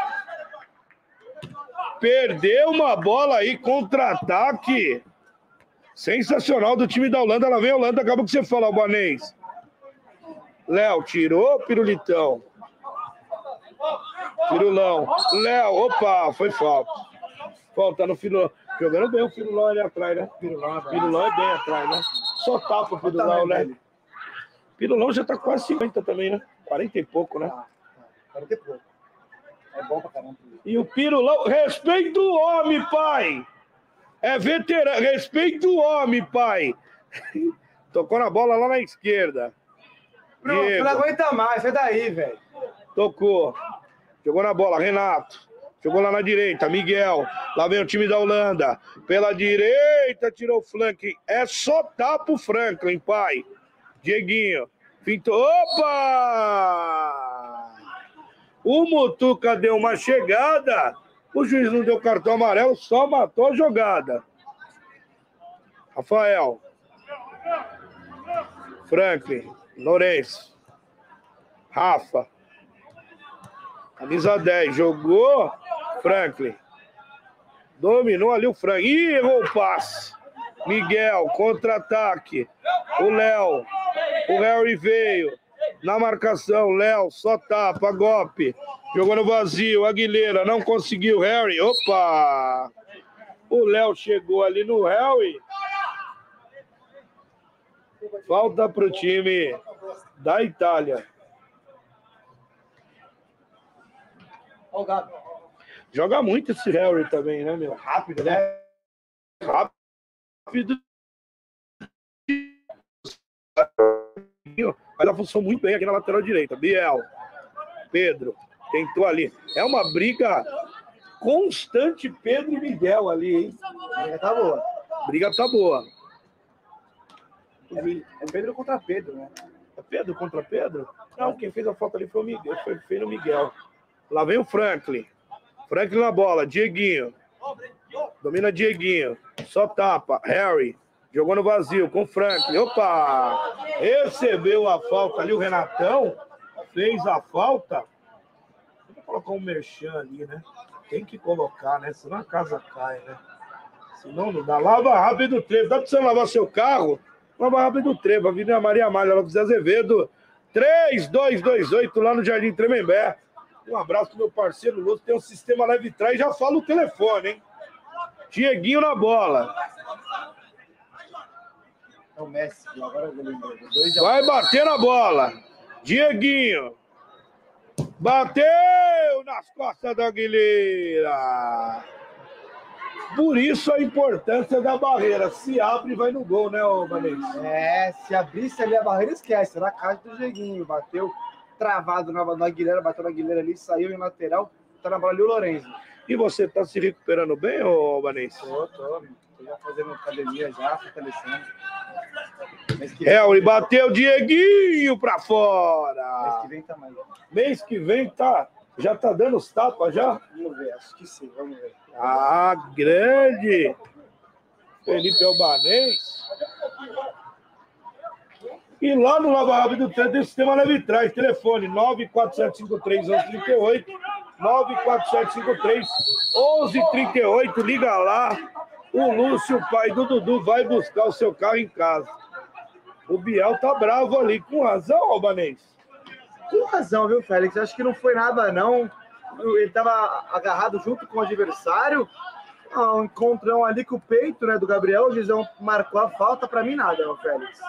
Perdeu uma bola aí, contra-ataque. Sensacional do time da Holanda. Lá vem a Holanda, acabou que você fala, albanês. Léo, tirou, Pirulitão. Pirulão. Léo, opa, foi falta. Falta no Pirulão. Jogando bem o Pirulão ali atrás, né? Pirulão é bem atrás, né? Só tapa o Pirulão, né? Pirulão já tá quase 50 também, né? 40 e pouco, né? 40 e pouco. É bom pra caramba. E o Pirulão, respeita o homem, pai. É veterano, respeita o homem, pai. Tocou na bola lá na esquerda. Pronto, não aguenta mais, sai daí, velho. Tocou. Jogou na bola, Renato. Jogou lá na direita, Miguel. Lá vem o time da Holanda. Pela direita, tirou o flank. É só tapa o Franklin, pai. Dieguinho. Pintou. Opa! O Mutuca deu uma chegada. O juiz não deu cartão amarelo, só matou a jogada. Rafael. Franklin. Lourenço. Rafa. Camisa 10. Jogou. Franklin. Dominou ali o Franklin. Ih, errou o passe. Miguel. Contra-ataque. O Léo. O Harry veio. Na marcação. Léo. Só tapa. Golpe. Jogou no vazio. Aguilera. Não conseguiu. Harry. Opa. O Léo chegou ali no Harry. Falta para o time da Itália. Joga muito esse Harry também, né, meu? Rápido, né? Rápido. Mas ela funcionou muito bem aqui na lateral direita. Biel. Pedro. Tentou ali. É uma briga constante, Pedro e Miguel ali, hein? A briga tá boa. Briga tá boa. É Pedro contra Pedro, né? É Pedro contra Pedro? Não, quem fez a falta ali foi o Miguel. Foi no Miguel. Lá vem o Franklin. Franklin na bola. Dieguinho. Domina Dieguinho. Só tapa. Harry. Jogou no vazio com o Franklin. Opa! Recebeu a falta ali. O Renatão fez a falta. Vou colocar um merchan ali, né? Tem que colocar, né? Senão a casa cai, né? Senão não dá. Lava rápido o trevo. Dá pra você lavar seu carro? Lava rápido o trevo. Avenida Maria Malha, Lopes Azevedo. 3228 lá no Jardim Tremembé. Um abraço pro meu parceiro Lúcio. Tem um sistema leve trás. Já fala o telefone, hein? Dieguinho na bola. É o Messi. Agora eu lembro. Vai bater na bola. Dieguinho. Bateu nas costas da Aguilera. Por isso a importância da barreira. Se abre, vai no gol, né, Vanessa? É, se abrisse ali a barreira, esquece. Era a casa do Dieguinho. Bateu travado na Aguilera, bateu na Aguilera ali, saiu em lateral. Tá na bola ali o Lourenço. E você tá se recuperando bem, ô Vanessa? Tô já fazendo academia já, fortalecendo. E bateu o Dieguinho pra fora. Mês que vem tá mais. Mês que vem tá, já tá dando os tapas já? Vamos ver, acho que sim, vamos ver. Ah, grande! Felipe Albanês. E lá no Lava Rápido do Trevo tem o sistema leve trás. Telefone 94753-1138. 94753-1138. Liga lá. O Lúcio, pai do Dudu, vai buscar o seu carro em casa. O Biel tá bravo ali, com razão, Albanês. Com razão, viu, Félix? Acho que não foi nada, não. Ele estava agarrado junto com o adversário. Um encontrão ali com o peito, né, do Gabriel. O Gisão marcou a falta. Para mim, nada, não, Félix.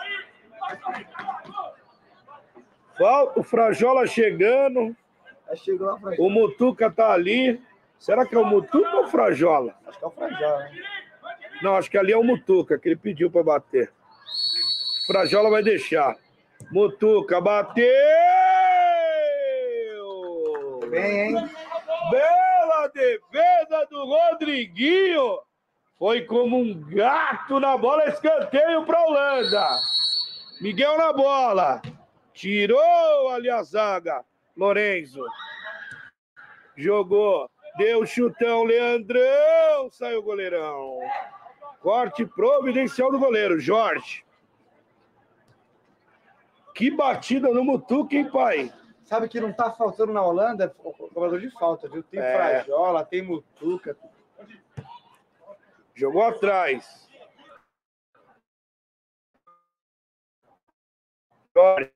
O Frajola chegando. Chegou lá, Frajola. O Mutuca tá ali. Será que é o Mutuca ou o Frajola? Acho que é o Frajola, né? Não, acho que ali é o Mutuca, que ele pediu para bater. Frajola vai deixar. Mutuca bateu! Bem, hein? Bela defesa do Rodriguinho. Foi como um gato na bola, escanteio para a Holanda. Miguel na bola. Tirou ali a zaga. Lorenzo. Jogou. Deu chutão, Leandrão. Saiu o goleirão. Corte providencial do goleiro, Jorge. Que batida no Mutuca, hein, pai? Sabe que não tá faltando na Holanda? O cobrador de falta, viu? Tem Frajola, tem Mutuca. Jogou atrás. Jorge.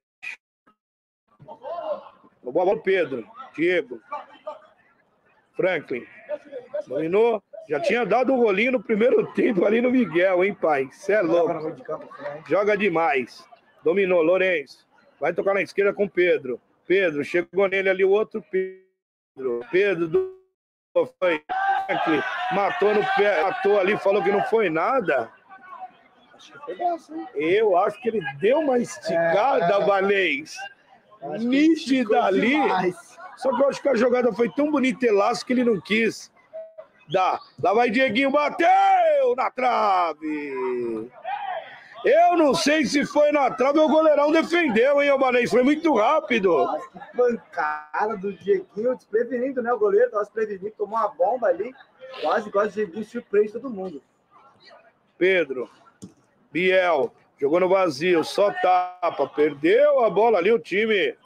Roubou a bola, Pedro. Diego. Franklin. Dominou. Já tinha dado um rolinho no primeiro tempo ali no Miguel, hein, pai? Cê é louco. Joga demais. Dominou, Lourenço. Vai tocar na esquerda com Pedro. Pedro, chegou nele ali o outro Pedro. Pedro foi. Matou no pé, matou ali, falou que não foi nada. Acho que foi dessa, hein? Eu acho que ele deu uma esticada, Valês. Nítida ali. Demais. Só que eu acho que a jogada foi tão bonita e laço que ele não quis dar. Lá vai Dieguinho, bateu na trave. Eu não sei se foi na trave ou o goleirão defendeu, hein, Albanês? Foi muito rápido. Nossa, que pancada do Dieguinho, desprevenido, né? O goleiro tava desprevenido, tomou uma bomba ali. Quase o Dieguinho surpreende todo mundo. Pedro. Biel. Jogou no vazio, só tapa. Perdeu a bola ali o time.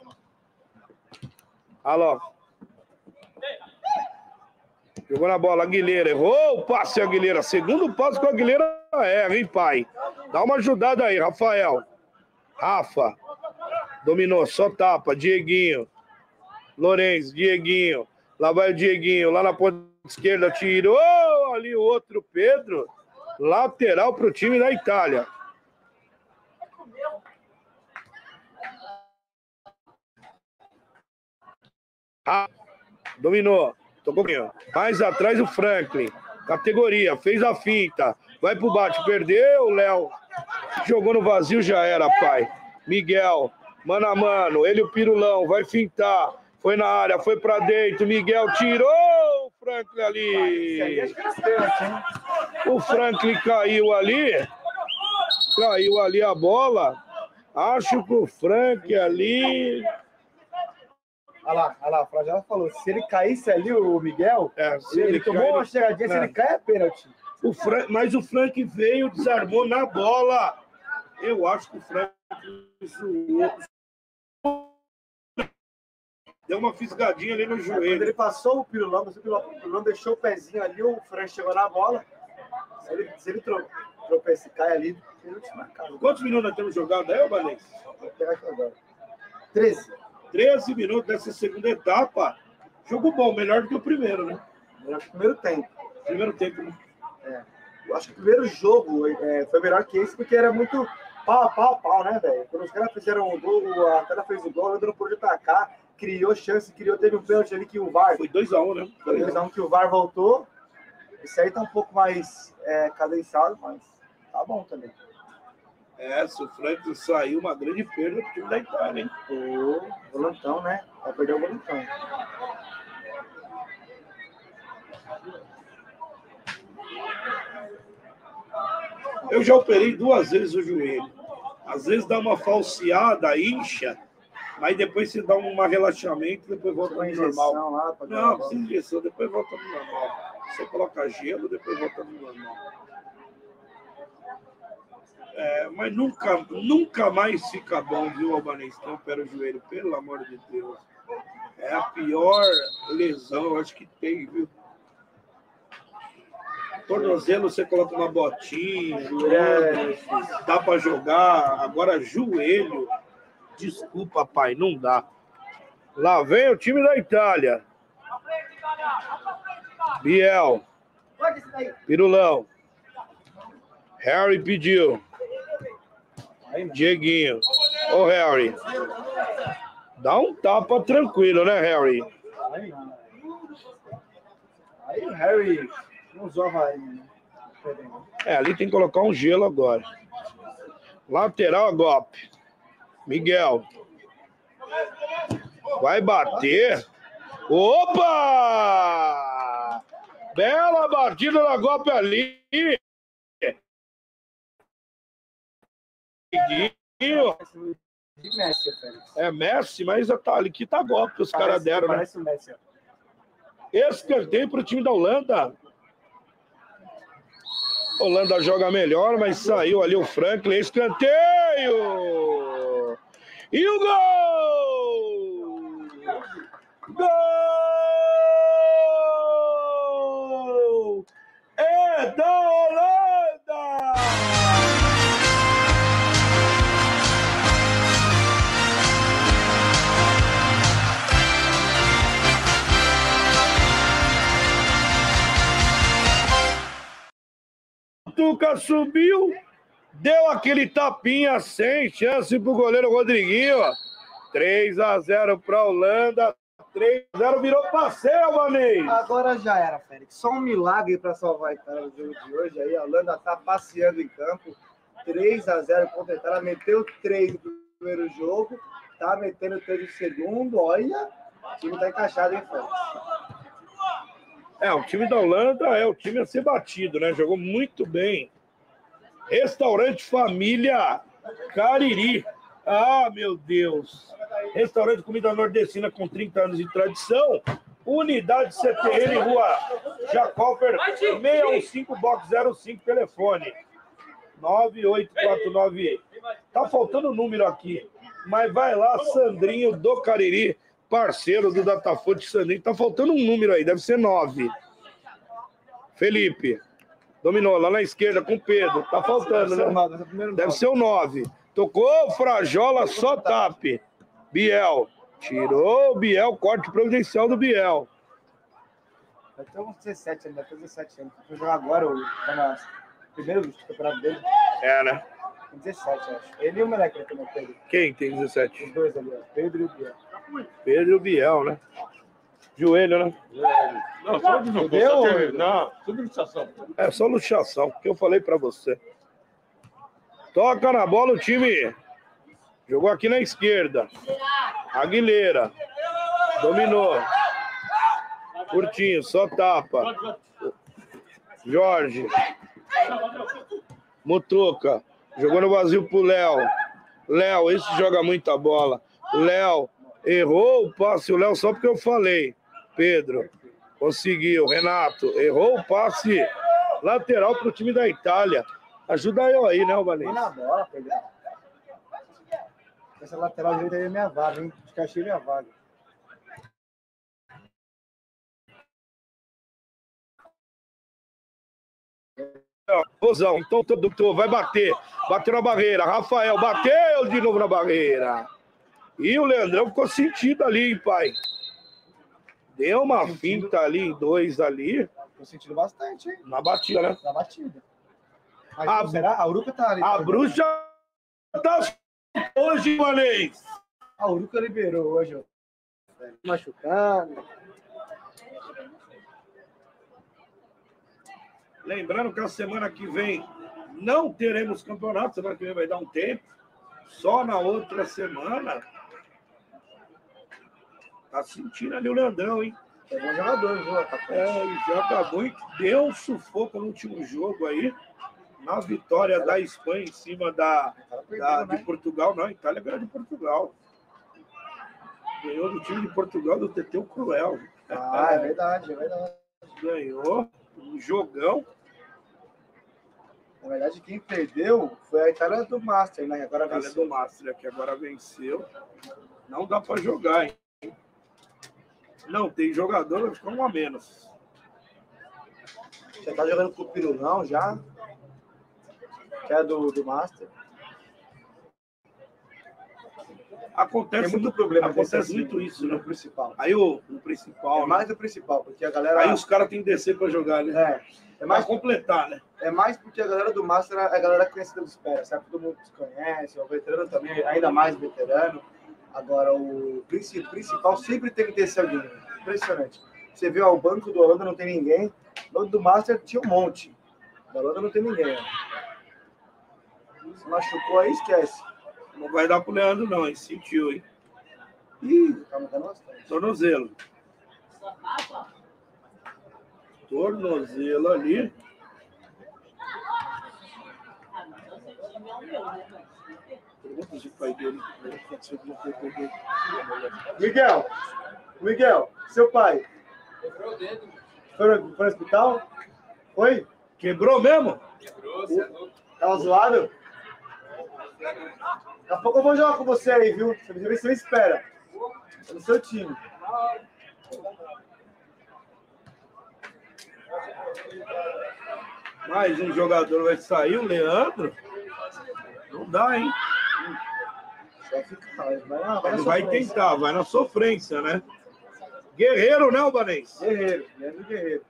Alô. Jogou na bola, Aguilera. Errou o passe, Aguilera. Segundo passe com a Aguilera erra, hein, pai? Dá uma ajudada aí, Rafael. Rafa. Dominou, só tapa. Dieguinho. Lourenço, Dieguinho. Lá vai o Dieguinho. Lá na ponta esquerda, tirou ali o outro Pedro. Lateral para o time da Itália. Dominou. Tocou mais atrás o Franklin. Categoria. Fez a finta. Vai pro bate. Perdeu, Léo. Jogou no vazio, já era, pai. Miguel. Mano a mano. Ele e o Pirulão. Vai fintar. Foi na área. Foi pra dentro. Miguel tirou o Franklin ali. O Franklin caiu ali. Caiu ali a bola. Acho que o Frank ali... Olha lá, o Frajola falou, se ele caísse ali, o Miguel, ele tomou uma chegadinha, se ele cai é pênalti. Mas o Frank veio, desarmou na bola. Eu acho que o Frank deu uma fisgadinha ali no joelho. Quando ele passou o Pirulão, o Pirulão deixou o pezinho ali, o Frank chegou na bola. Se ele tropeça e cai ali, pênalti marcado. Quantos minutos nós temos jogado aí, Valência? Vou pegar aqui agora. 13 minutos dessa segunda etapa. Jogo bom, melhor do que o primeiro, né? Melhor que o primeiro tempo. Primeiro tempo, né? Eu acho que o primeiro jogo foi melhor que esse, porque era muito pau, né, velho? Quando os caras fizeram o gol, a Tela fez o gol, o não pôde atacar, criou chance, teve um pênalti ali que o VAR... Foi 2-1, né? Foi 2-1 que o VAR voltou. Esse aí tá um pouco mais cadenciado, mas tá bom também. Se o Frank saiu, uma grande perda pro time da Itália, hein? O volantão, né? Vai perder o volantão. Eu já operei 2 vezes o joelho. Às vezes dá uma falseada, incha, mas depois você dá um relaxamento e depois volta ao normal. Lá, não, precisa de injeção, depois volta ao normal. Você coloca gelo, depois volta ao normal. Mas nunca mais fica bom, viu, Albanês? Então opera o joelho, pelo amor de Deus. É a pior lesão, eu acho que tem, viu? Tornozelo, você coloca uma botinha, dá para jogar. Agora, joelho, desculpa, pai, não dá. Lá vem o time da Itália. Biel. Pirulão. Harry pediu. Dieguinho. Ô, Harry. Dá um tapa tranquilo, né, Harry? Aí o Harry não usava aí, né? Ali tem que colocar um gelo agora. Lateral a golpe. Miguel. Vai bater. Opa! Bela batida na golpe ali. É Messi, mas tá ali que tá golpe que os caras deram, né? Parece o Messi. Escanteio pro time da Holanda. Holanda joga melhor, mas saiu ali o Franklin. Escanteio! E o gol! Gol! É da Holanda! Tuca subiu, deu aquele tapinha sem chance pro goleiro Rodriguinho. 3-0 para a Holanda. 3-0 virou passeio, Vanei. Agora já era, Félix. Só um milagre para salvar a Itália no jogo de hoje. Aí a Holanda tá passeando em campo. 3-0 contra a Itália. Meteu 3 no primeiro jogo. Tá metendo 3 no segundo. Olha, o time tá encaixado, hein, Félix? O time da Holanda é o time a ser batido, né? Jogou muito bem. Restaurante Família Cariri. Ah, meu Deus. Restaurante de comida nordestina com 30 anos de tradição. Unidade CTN, Rua Jacóper, 615, box 05, telefone 9849. Tá faltando número aqui, mas vai lá, Sandrinho do Cariri, parceiro do Datafoot Sandrinho. Tá faltando um número aí, deve ser 9. Felipe, dominou lá na esquerda com o Pedro. Tá faltando, né? Deve ser o 9. Tocou, Frajola, só tape. Biel. Tirou o Biel, corte providencial do Biel. Vai ter uns 17 anos, vai ter 17 anos. Vou jogar agora, tá na primeiro campeonato dele. Né? 17, acho. Ele e o moleque também, Pedro. Quem tem 17? Os dois ali, ó. Pedro e o Biel. Pedro e o Biel, né? Joelho, né? Não, só de novo. Não, tudo luxação. É só luxação, que eu falei pra você. Toca na bola o time. Jogou aqui na esquerda. Aguilera. Dominou. Curtinho, só tapa. Jorge. Mutuca. Jogou no vazio pro Léo. Léo, esse joga muita bola. Léo. Errou o passe. O Léo só porque eu falei. Pedro. Conseguiu. Renato. Errou o passe lateral pro time da Itália. Ajuda eu aí, né, Valente? Na bola, Pedro. Essa lateral direita aí é minha vaga, hein? Acho que achei minha vaga. Rosão, então doutor, vai bater. Bateu na barreira. Rafael bateu de novo na barreira. E o Leandrão ficou sentido ali, hein, pai? Deu uma finta ali em 2 ali. Tô sentindo bastante, hein? Na batida, né? Na batida. Mas, será? A Uruca tá ali. A bruxa tá hoje, Valês. A Uruca liberou hoje, ó. Machucando. Lembrando que a semana que vem não teremos campeonato. Semana que vem vai dar um tempo. Só na outra semana. Tá sentindo ali o Leandrão, hein? É bom jogador, viu? Ele joga muito. Deu um sufoco no último jogo aí. Na vitória da Espanha em cima de Portugal. Não, a Itália ganhou de Portugal. Ganhou do time de Portugal do Teteu Cruel. É verdade, é verdade. Ganhou um jogão. Na verdade, quem perdeu foi a Itália do Master, né? Agora A Itália venceu. do Master, que agora venceu. Não dá para jogar, hein? Não, tem jogador, vai ficar um a menos. Já tá jogando com o Pirulão já. Que é do Master. Acontece Tem muito problema. Acontece muito isso, né? No principal. Aí o principal. É mais do principal, porque a galera. Aí os caras têm que descer pra jogar, né? É mais pra completar, né? É mais porque a galera do Master é a galera conhecida dos pés, sabe? Todo mundo se conhece, o veterano também, ainda mais veterano. Agora, o principal sempre tem que ter esse alguém. Impressionante. Você viu, ó, o banco do Holanda não tem ninguém. O do Master tinha um monte. Da Holanda não tem ninguém. Ó. Se machucou aí, esquece. Não vai dar pro Leandro, não, hein? Sentiu, hein? Ih, tá mudando bastante. Tornozelo. Tornozelo ali. Pergunta se o pai dele. Miguel, seu pai. Quebrou o dedo. Foi no hospital? Foi? Quebrou mesmo? Quebrou, você é louco. Tava zoado? Daqui a pouco eu vou jogar com você aí, viu? Você espera. É no seu time. Mais um jogador vai sair, o Leandro. Não dá, hein? Só fica, Ele vai tentar, vai na sofrência, né? Guerreiro, né, Albanês? Guerreiro, Leandro Guerreiro.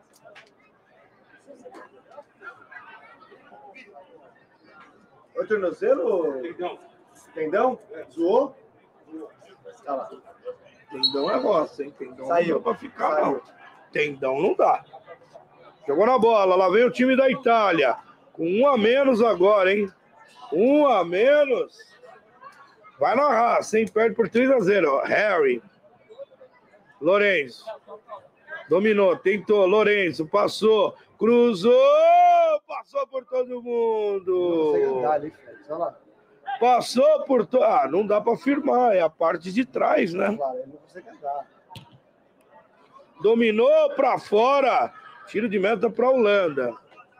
O tornozelo? Tendão? Zoou? Tá lá. Tendão é roça, hein? Tendão Saiu. não dá pra ficar, Saiu. não. Tendão não dá. Jogou na bola, lá vem o time da Itália. Com 1 a menos agora, hein? 1 a menos. Vai na raça, hein? Perde por 3-0. Harry. Lourenço. Dominou, tentou. Lourenço, passou. Cruzou. Passou por todo mundo. Não consegue andar ali, Fred. Olha lá. Passou por... Ah, não dá pra firmar. É a parte de trás, né? Claro, ele não consegue andar. Dominou pra fora. Tiro de meta pra Holanda.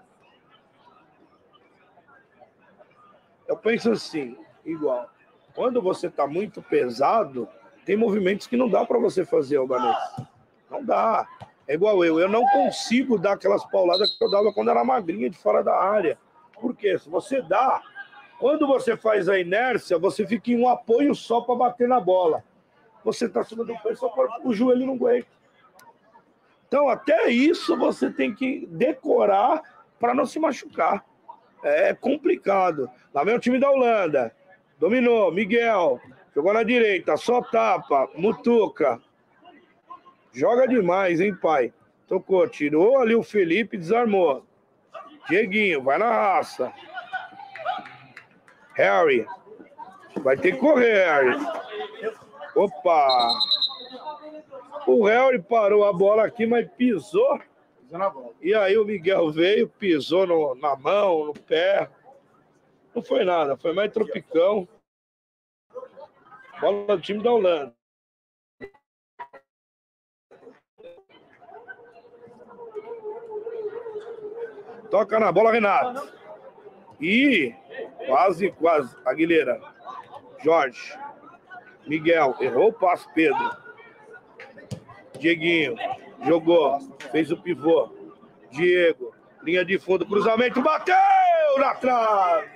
Eu penso assim, igual. Quando você tá muito pesado, tem movimentos que não dá pra você fazer, Albanês. Não dá. É igual eu não consigo dar aquelas pauladas que eu dava quando era magrinha de fora da área. Por quê? Se você dá, quando você faz a inércia, você fica em um apoio só para bater na bola. Você tá acima do peso, o joelho não aguenta. Então, até isso você tem que decorar para não se machucar. É complicado. Lá vem o time da Holanda. Dominou, Miguel. Jogou na direita, só tapa, mutuca. Joga demais, hein, pai? Tocou, tirou ali o Felipe, desarmou. Dieguinho, vai na raça. Harry. Vai ter que correr, Harry. Opa! O Harry parou a bola aqui, mas pisou. Pisou na bola. E aí o Miguel veio, pisou na mão, no pé. Não foi nada, foi mais tropicão. Bola do time da Holanda. Toca na bola, Renato. E quase. Aguilera. Jorge. Miguel. Errou o passo, Pedro. Dieguinho. Jogou. Fez o pivô. Diego. Linha de fundo. Cruzamento. Bateu na trave.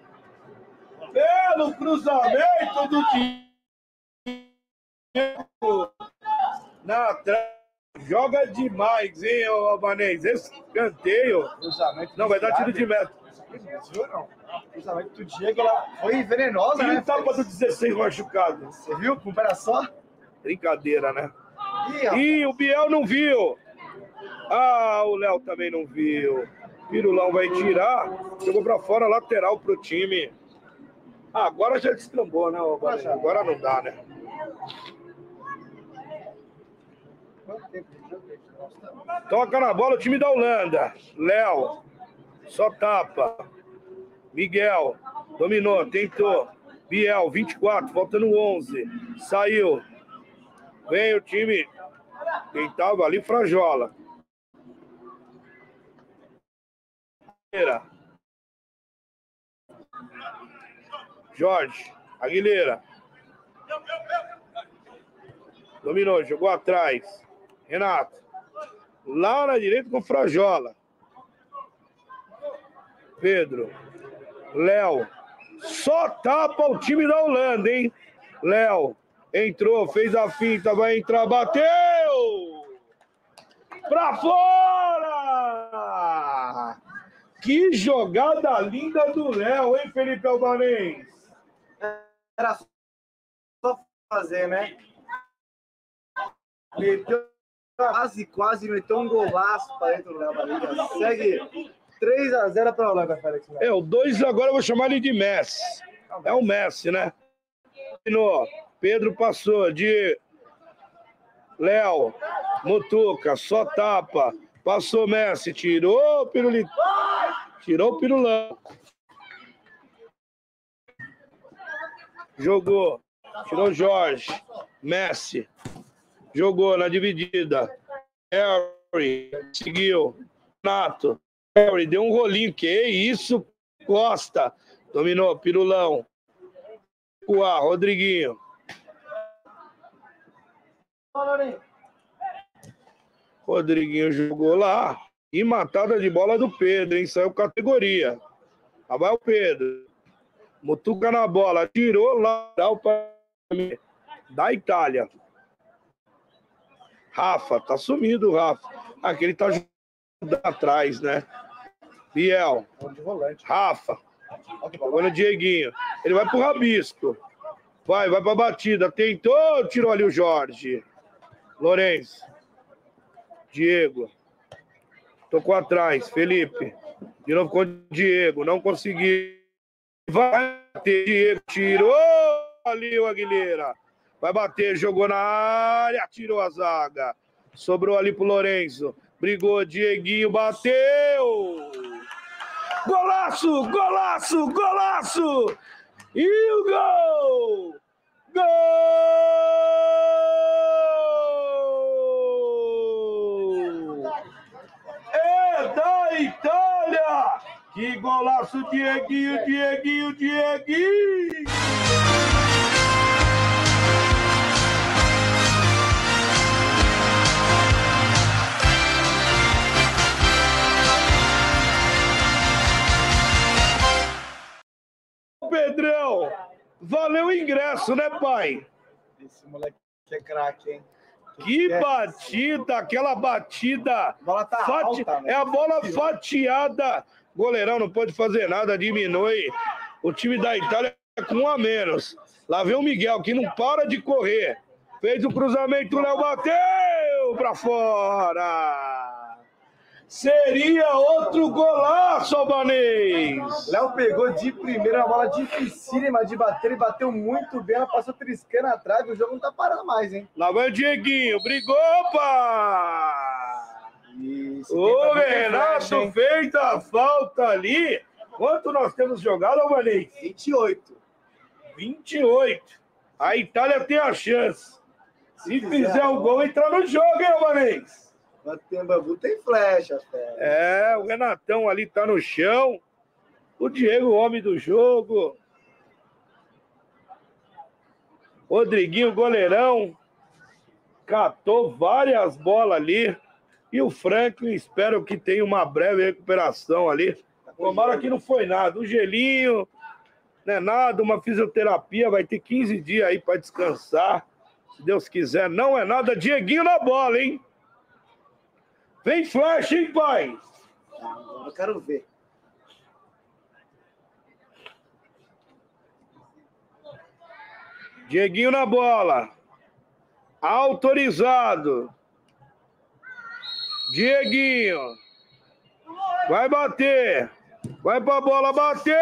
Pelo cruzamento do Diego. Na trave. Joga demais, hein, Albanês? Esse canteio. Não, vai dar tiro de meta. Não. O cruzamento do Diego ela foi venenosa, E né? o tapa do 16 machucado. Você viu? Com o pé só? Brincadeira, né? Ih, E o Biel não viu. Ah, o Léo também não viu. Pirulão vai tirar. Jogou pra fora, lateral pro time. Ah, agora já destrambou, né, Albanês? Agora não dá, né? Toca na bola o time da Holanda. Léo. Só tapa. Miguel. Dominou, tentou. Biel, 24, faltando 11. Saiu. Vem o time. Quem tava ali, Frajola. Jorge. Aguilera. Dominou, jogou atrás. Renato. Lá na direita com Frajola. Pedro. Léo. Só tapa o time da Holanda, hein? Léo. Entrou, fez a finta, vai entrar, bateu! Pra fora! Que jogada linda do Léo, hein, Felipe Albanês? Era só fazer, né? Meteu quase meteu um golaço para dentro do Léo Barriga. Segue 3-0 para a Holanda, Félix. O 2 agora eu vou chamar ele de Messi. É o Messi, né? Pedro passou de Léo, Mutuca, só tapa. Passou Messi, tirou o pirulito. Tirou o pirulão. Jogou. Tirou Jorge. Messi. Jogou na dividida. Harry. Seguiu. Nato. Harry deu um rolinho. Que isso? Costa. Dominou. Pirulão. Rodriguinho. Rodriguinho jogou lá. E matada de bola do Pedro, hein? Saiu categoria. Lá vai o Pedro. Mutuca na bola. Tirou lá da Itália. Rafa. Tá sumido o Rafa. Aquele tá jogando atrás, né? Biel. Rafa. Agora o Dieguinho. Ele vai pro rabisco. Vai pra batida. Tentou, tirou ali o Jorge. Lourenço. Diego. Tocou atrás. Felipe. De novo com o Diego. Não conseguiu. Vai bater. Diego tirou ali o Aguilera. Vai bater. Jogou na área. Tirou a zaga. Sobrou ali pro Lourenço. Brigou. Dieguinho bateu. Golaço! Golaço! Golaço! E o gol! Gol! É da Itália! Que golaço, Dieguinho, Dieguinho, Dieguinho! Pedrão, valeu o ingresso, né, pai? Esse moleque é craque, hein? Que batida, aquela batida. A bola tá alta, né? É a bola fatiada. Goleirão não pode fazer nada, diminui. O time da Itália com 1 a menos. Lá vem o Miguel, que não para de correr. Fez o cruzamento, o Léo bateu pra fora. Seria outro golaço, Albanês. Léo pegou de primeira, uma bola dificílima de bater, ele bateu muito bem, ela passou triscando a trave, o jogo não tá parando mais, hein? Lá vai o Dieguinho, brigou, opa! Isso, o Renato fez a falta ali. Quanto nós temos jogado, Albanês? 28. 28. A Itália tem a chance. Se fizer o gol, entrar no jogo, hein, Albanês? Tem bambu, tem flecha, fera. O Renatão ali tá no chão. O Diego, o homem do jogo. Rodriguinho, goleirão. Catou várias bolas ali. E o Franklin, espero que tenha uma breve recuperação ali. Tomara que não foi nada. Um gelinho, não é nada, uma fisioterapia. Vai ter 15 dias aí para descansar. Se Deus quiser, não é nada. Dieguinho na bola, hein? Vem flash, hein, pai? Eu quero ver. Dieguinho na bola. Autorizado. Dieguinho. Vai bater. Vai pra bola, bateu!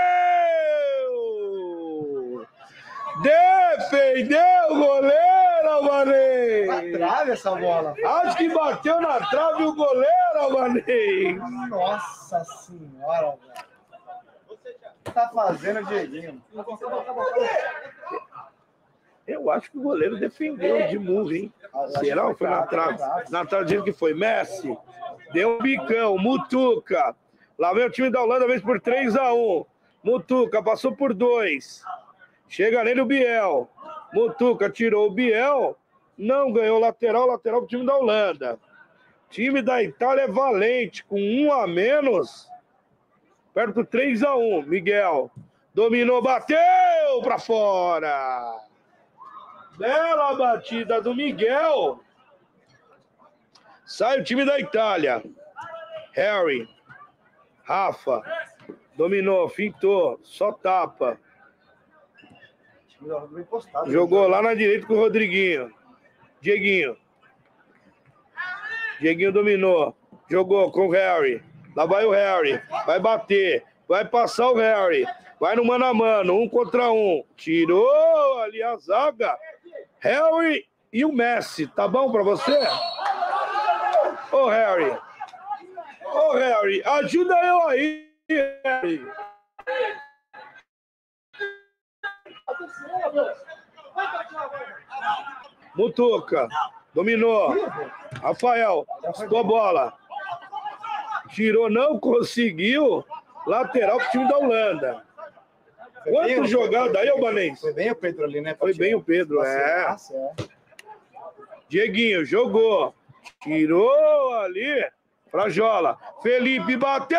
Defendeu o goleiro, Albanês! Na trave essa bola. Acho que bateu na trave o goleiro, Albanês! Nossa senhora, velho. O que tá fazendo, Dieguinho? Eu acho que o goleiro defendeu de murro, hein? Será ou foi na trave? Na trave dizendo que foi. Messi. Deu um bicão. Mutuca. Lá vem o time da Holanda, vez por 3-1. Mutuca passou por 2. Chega nele o Biel. Mutuca tirou o Biel. Não ganhou lateral pro time da Holanda. Time da Itália é valente. Com 1 a menos. Perto 3-1. Miguel. Dominou, bateu pra fora. Bela batida do Miguel. Sai o time da Itália. Harry. Rafa. Dominou, fintou. Só tapa. Jogou lá na direita com o Rodriguinho. Dieguinho. Dieguinho dominou. Jogou com o Harry. Lá vai o Harry. Vai bater. Vai passar o Harry. Vai no mano a mano. 1 contra 1. Tirou ali a zaga. Harry e o Messi. Tá bom pra você? Ô, Harry. Ô, Harry. Ajuda eu aí, Harry. Mutuca. Dominou. Rafael. Estou a bola. Tirou, não conseguiu. Lateral pro time da Holanda. Quanto jogada aí, Albanês? Foi bem o Pedro ali, né? Foi bem o Pedro, é. Dieguinho jogou. Tirou ali. Frajola. Felipe bateu!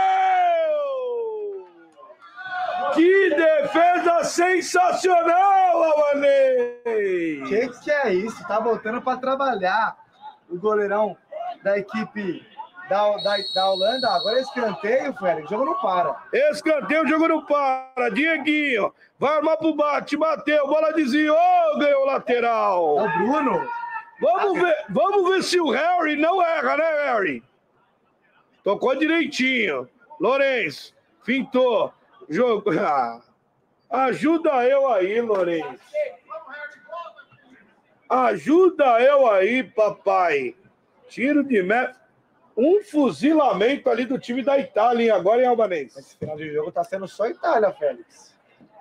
Que defesa sensacional, Albanês! Que é isso? Tá voltando para trabalhar o goleirão da equipe da Holanda. Agora é escanteio, Félix. O jogo não para. Escanteio, o jogo não para. Dieguinho. Vai armar pro bate. Bateu. Bola desviou. Ganhou o lateral. É o Bruno. Vamos ver se o Harry não erra, né, Harry? Tocou direitinho. Lourenço. Fintou. Jogo. Ajuda eu aí, Lourenço. Ajuda eu aí, papai. Tiro de meta. Um fuzilamento ali do time da Itália, hein? Agora em Albanês. Esse final de jogo tá sendo só Itália, Félix.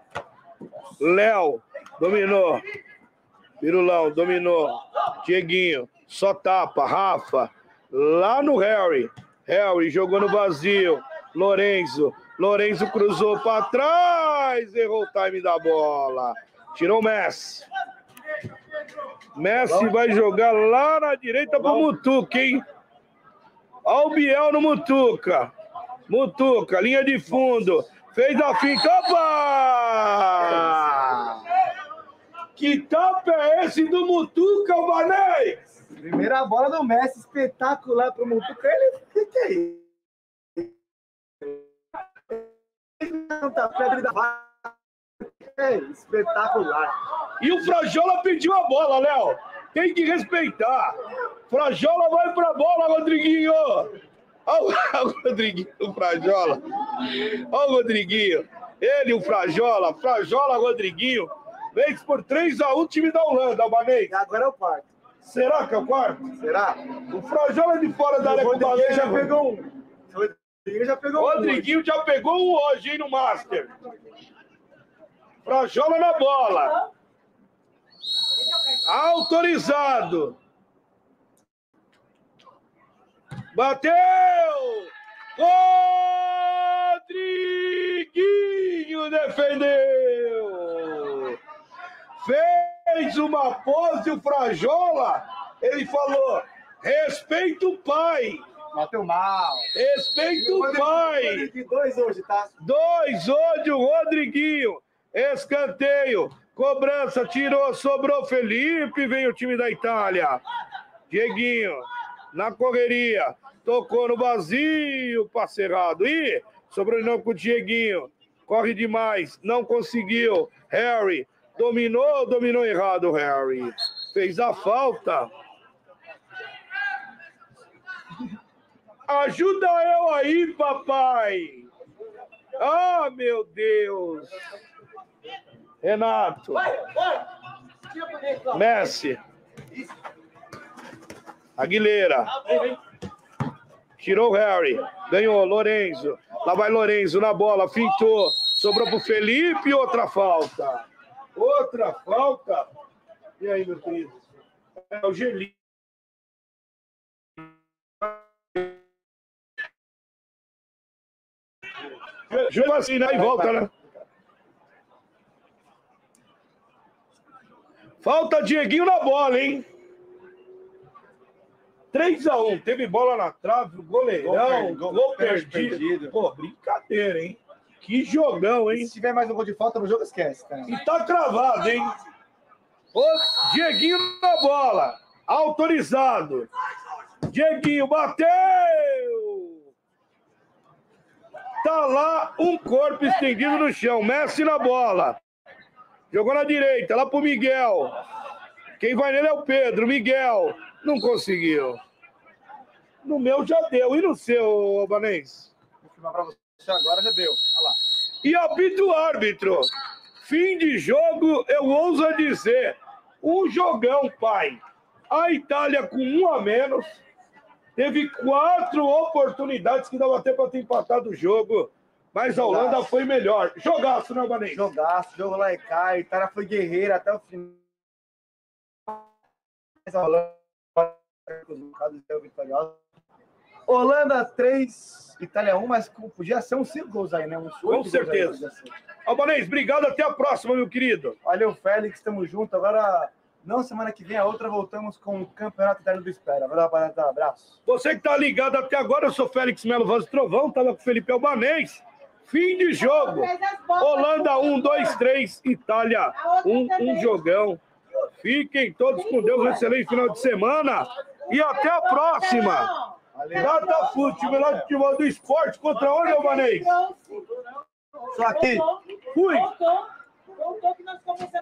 Léo. Dominou. Pirulão. Dominou. Dieguinho. Só tapa. Rafa. Lá no Harry. Harry jogou no vazio. Lorenzo. Lorenzo cruzou para trás. Errou o time da bola. Tirou o Messi. Messi vai jogar lá na direita pro Mutuca, hein? Olha o Biel no Mutuca. Mutuca, linha de fundo. Fez a finta. Opa! Que tapa é esse do Mutuca, Albanês? Primeira bola do Messi, espetacular pro Mutuca. Ele, que é isso? É espetacular. E o Frajola pediu a bola, Léo. Tem que respeitar. Frajola vai pra bola, Rodriguinho. Olha o Rodriguinho, o Frajola. Olha o Rodriguinho. Ele, o Frajola. Frajola, Rodriguinho. Vence por 3-1 time da Holanda, Albanês. E agora é o quarto. Será que é o quarto? Será? O Frajola de fora da área com o Rodriguinho já pegou um. Rodriguinho já pegou um. Rodriguinho já pegou um hoje, hein, no Master. Frajola na bola. Autorizado. Bateu! Rodriguinho defendeu! Fez uma pose o Frajola. Ele falou, respeita o pai. Bateu mal. Respeita o pai. 2 hoje, tá? 2 hoje o Rodriguinho. Escanteio. Cobrança, tirou, sobrou Felipe. Vem o time da Itália. Dieguinho, na correria. Tocou no vazio, passe errado. Ih, sobrou de novo com o Dieguinho. Corre demais, não conseguiu. Harry, dominou errado, Harry. Fez a falta. Ajuda eu aí, papai. Ah, meu Deus. Renato. Messi. Aguilera. Tirou o Harry. Ganhou, Lorenzo. Lá vai Lorenzo na bola, fintou. Sobrou pro Felipe, outra falta. Outra falta. E aí, meu querido? É o Gelinho. Jogo assim, aí volta, né? Falta Dieguinho na bola, hein? 3-1. Teve bola na trave, goleirão, gol perdido. Pô, brincadeira, hein? Que jogão, hein? Se tiver mais um gol de falta no jogo, esquece, cara. E tá cravado, hein? O Dieguinho na bola. Autorizado. Dieguinho bateu! Tá lá um corpo estendido no chão. Messi na bola. Jogou na direita, lá pro Miguel. Quem vai nele é o Pedro. Miguel. Não conseguiu. No meu já deu. E no seu, Albanês? Vou filmar pra você agora, já deu. Olha lá. E apita o árbitro. Fim de jogo, eu ouso dizer. Um jogão, pai. A Itália com 1 a menos. Teve 4 oportunidades que dava até para ter empatado o jogo. Mas a Holanda foi melhor. Jogaço, né, Albanês? Jogaço, jogo lá e cá. A Itália foi guerreira até o final. Mas a Holanda vitoriosa. Holanda 3, Itália 1, mas podia ser uns 5 gols aí, né? Com certeza. Albanês, obrigado. Até a próxima, meu querido. Valeu, Félix. Estamos juntos. Agora, não semana que vem, a outra, voltamos com o Campeonato Italiano do Espera. Valeu, rapaziada. Abraço. Você que tá ligado até agora, eu sou Félix Melo Voz do Trovão. Tava com o Felipe Albanês. Fim de jogo. Holanda 1, 2, 3. Itália 1 jogão. Fiquem todos com Deus. Um excelente final de semana. E até a próxima. Datafute, o melhor futebol do esporte. Contra onde, Albanês? Só aqui. Fui. Voltou que nós começamos.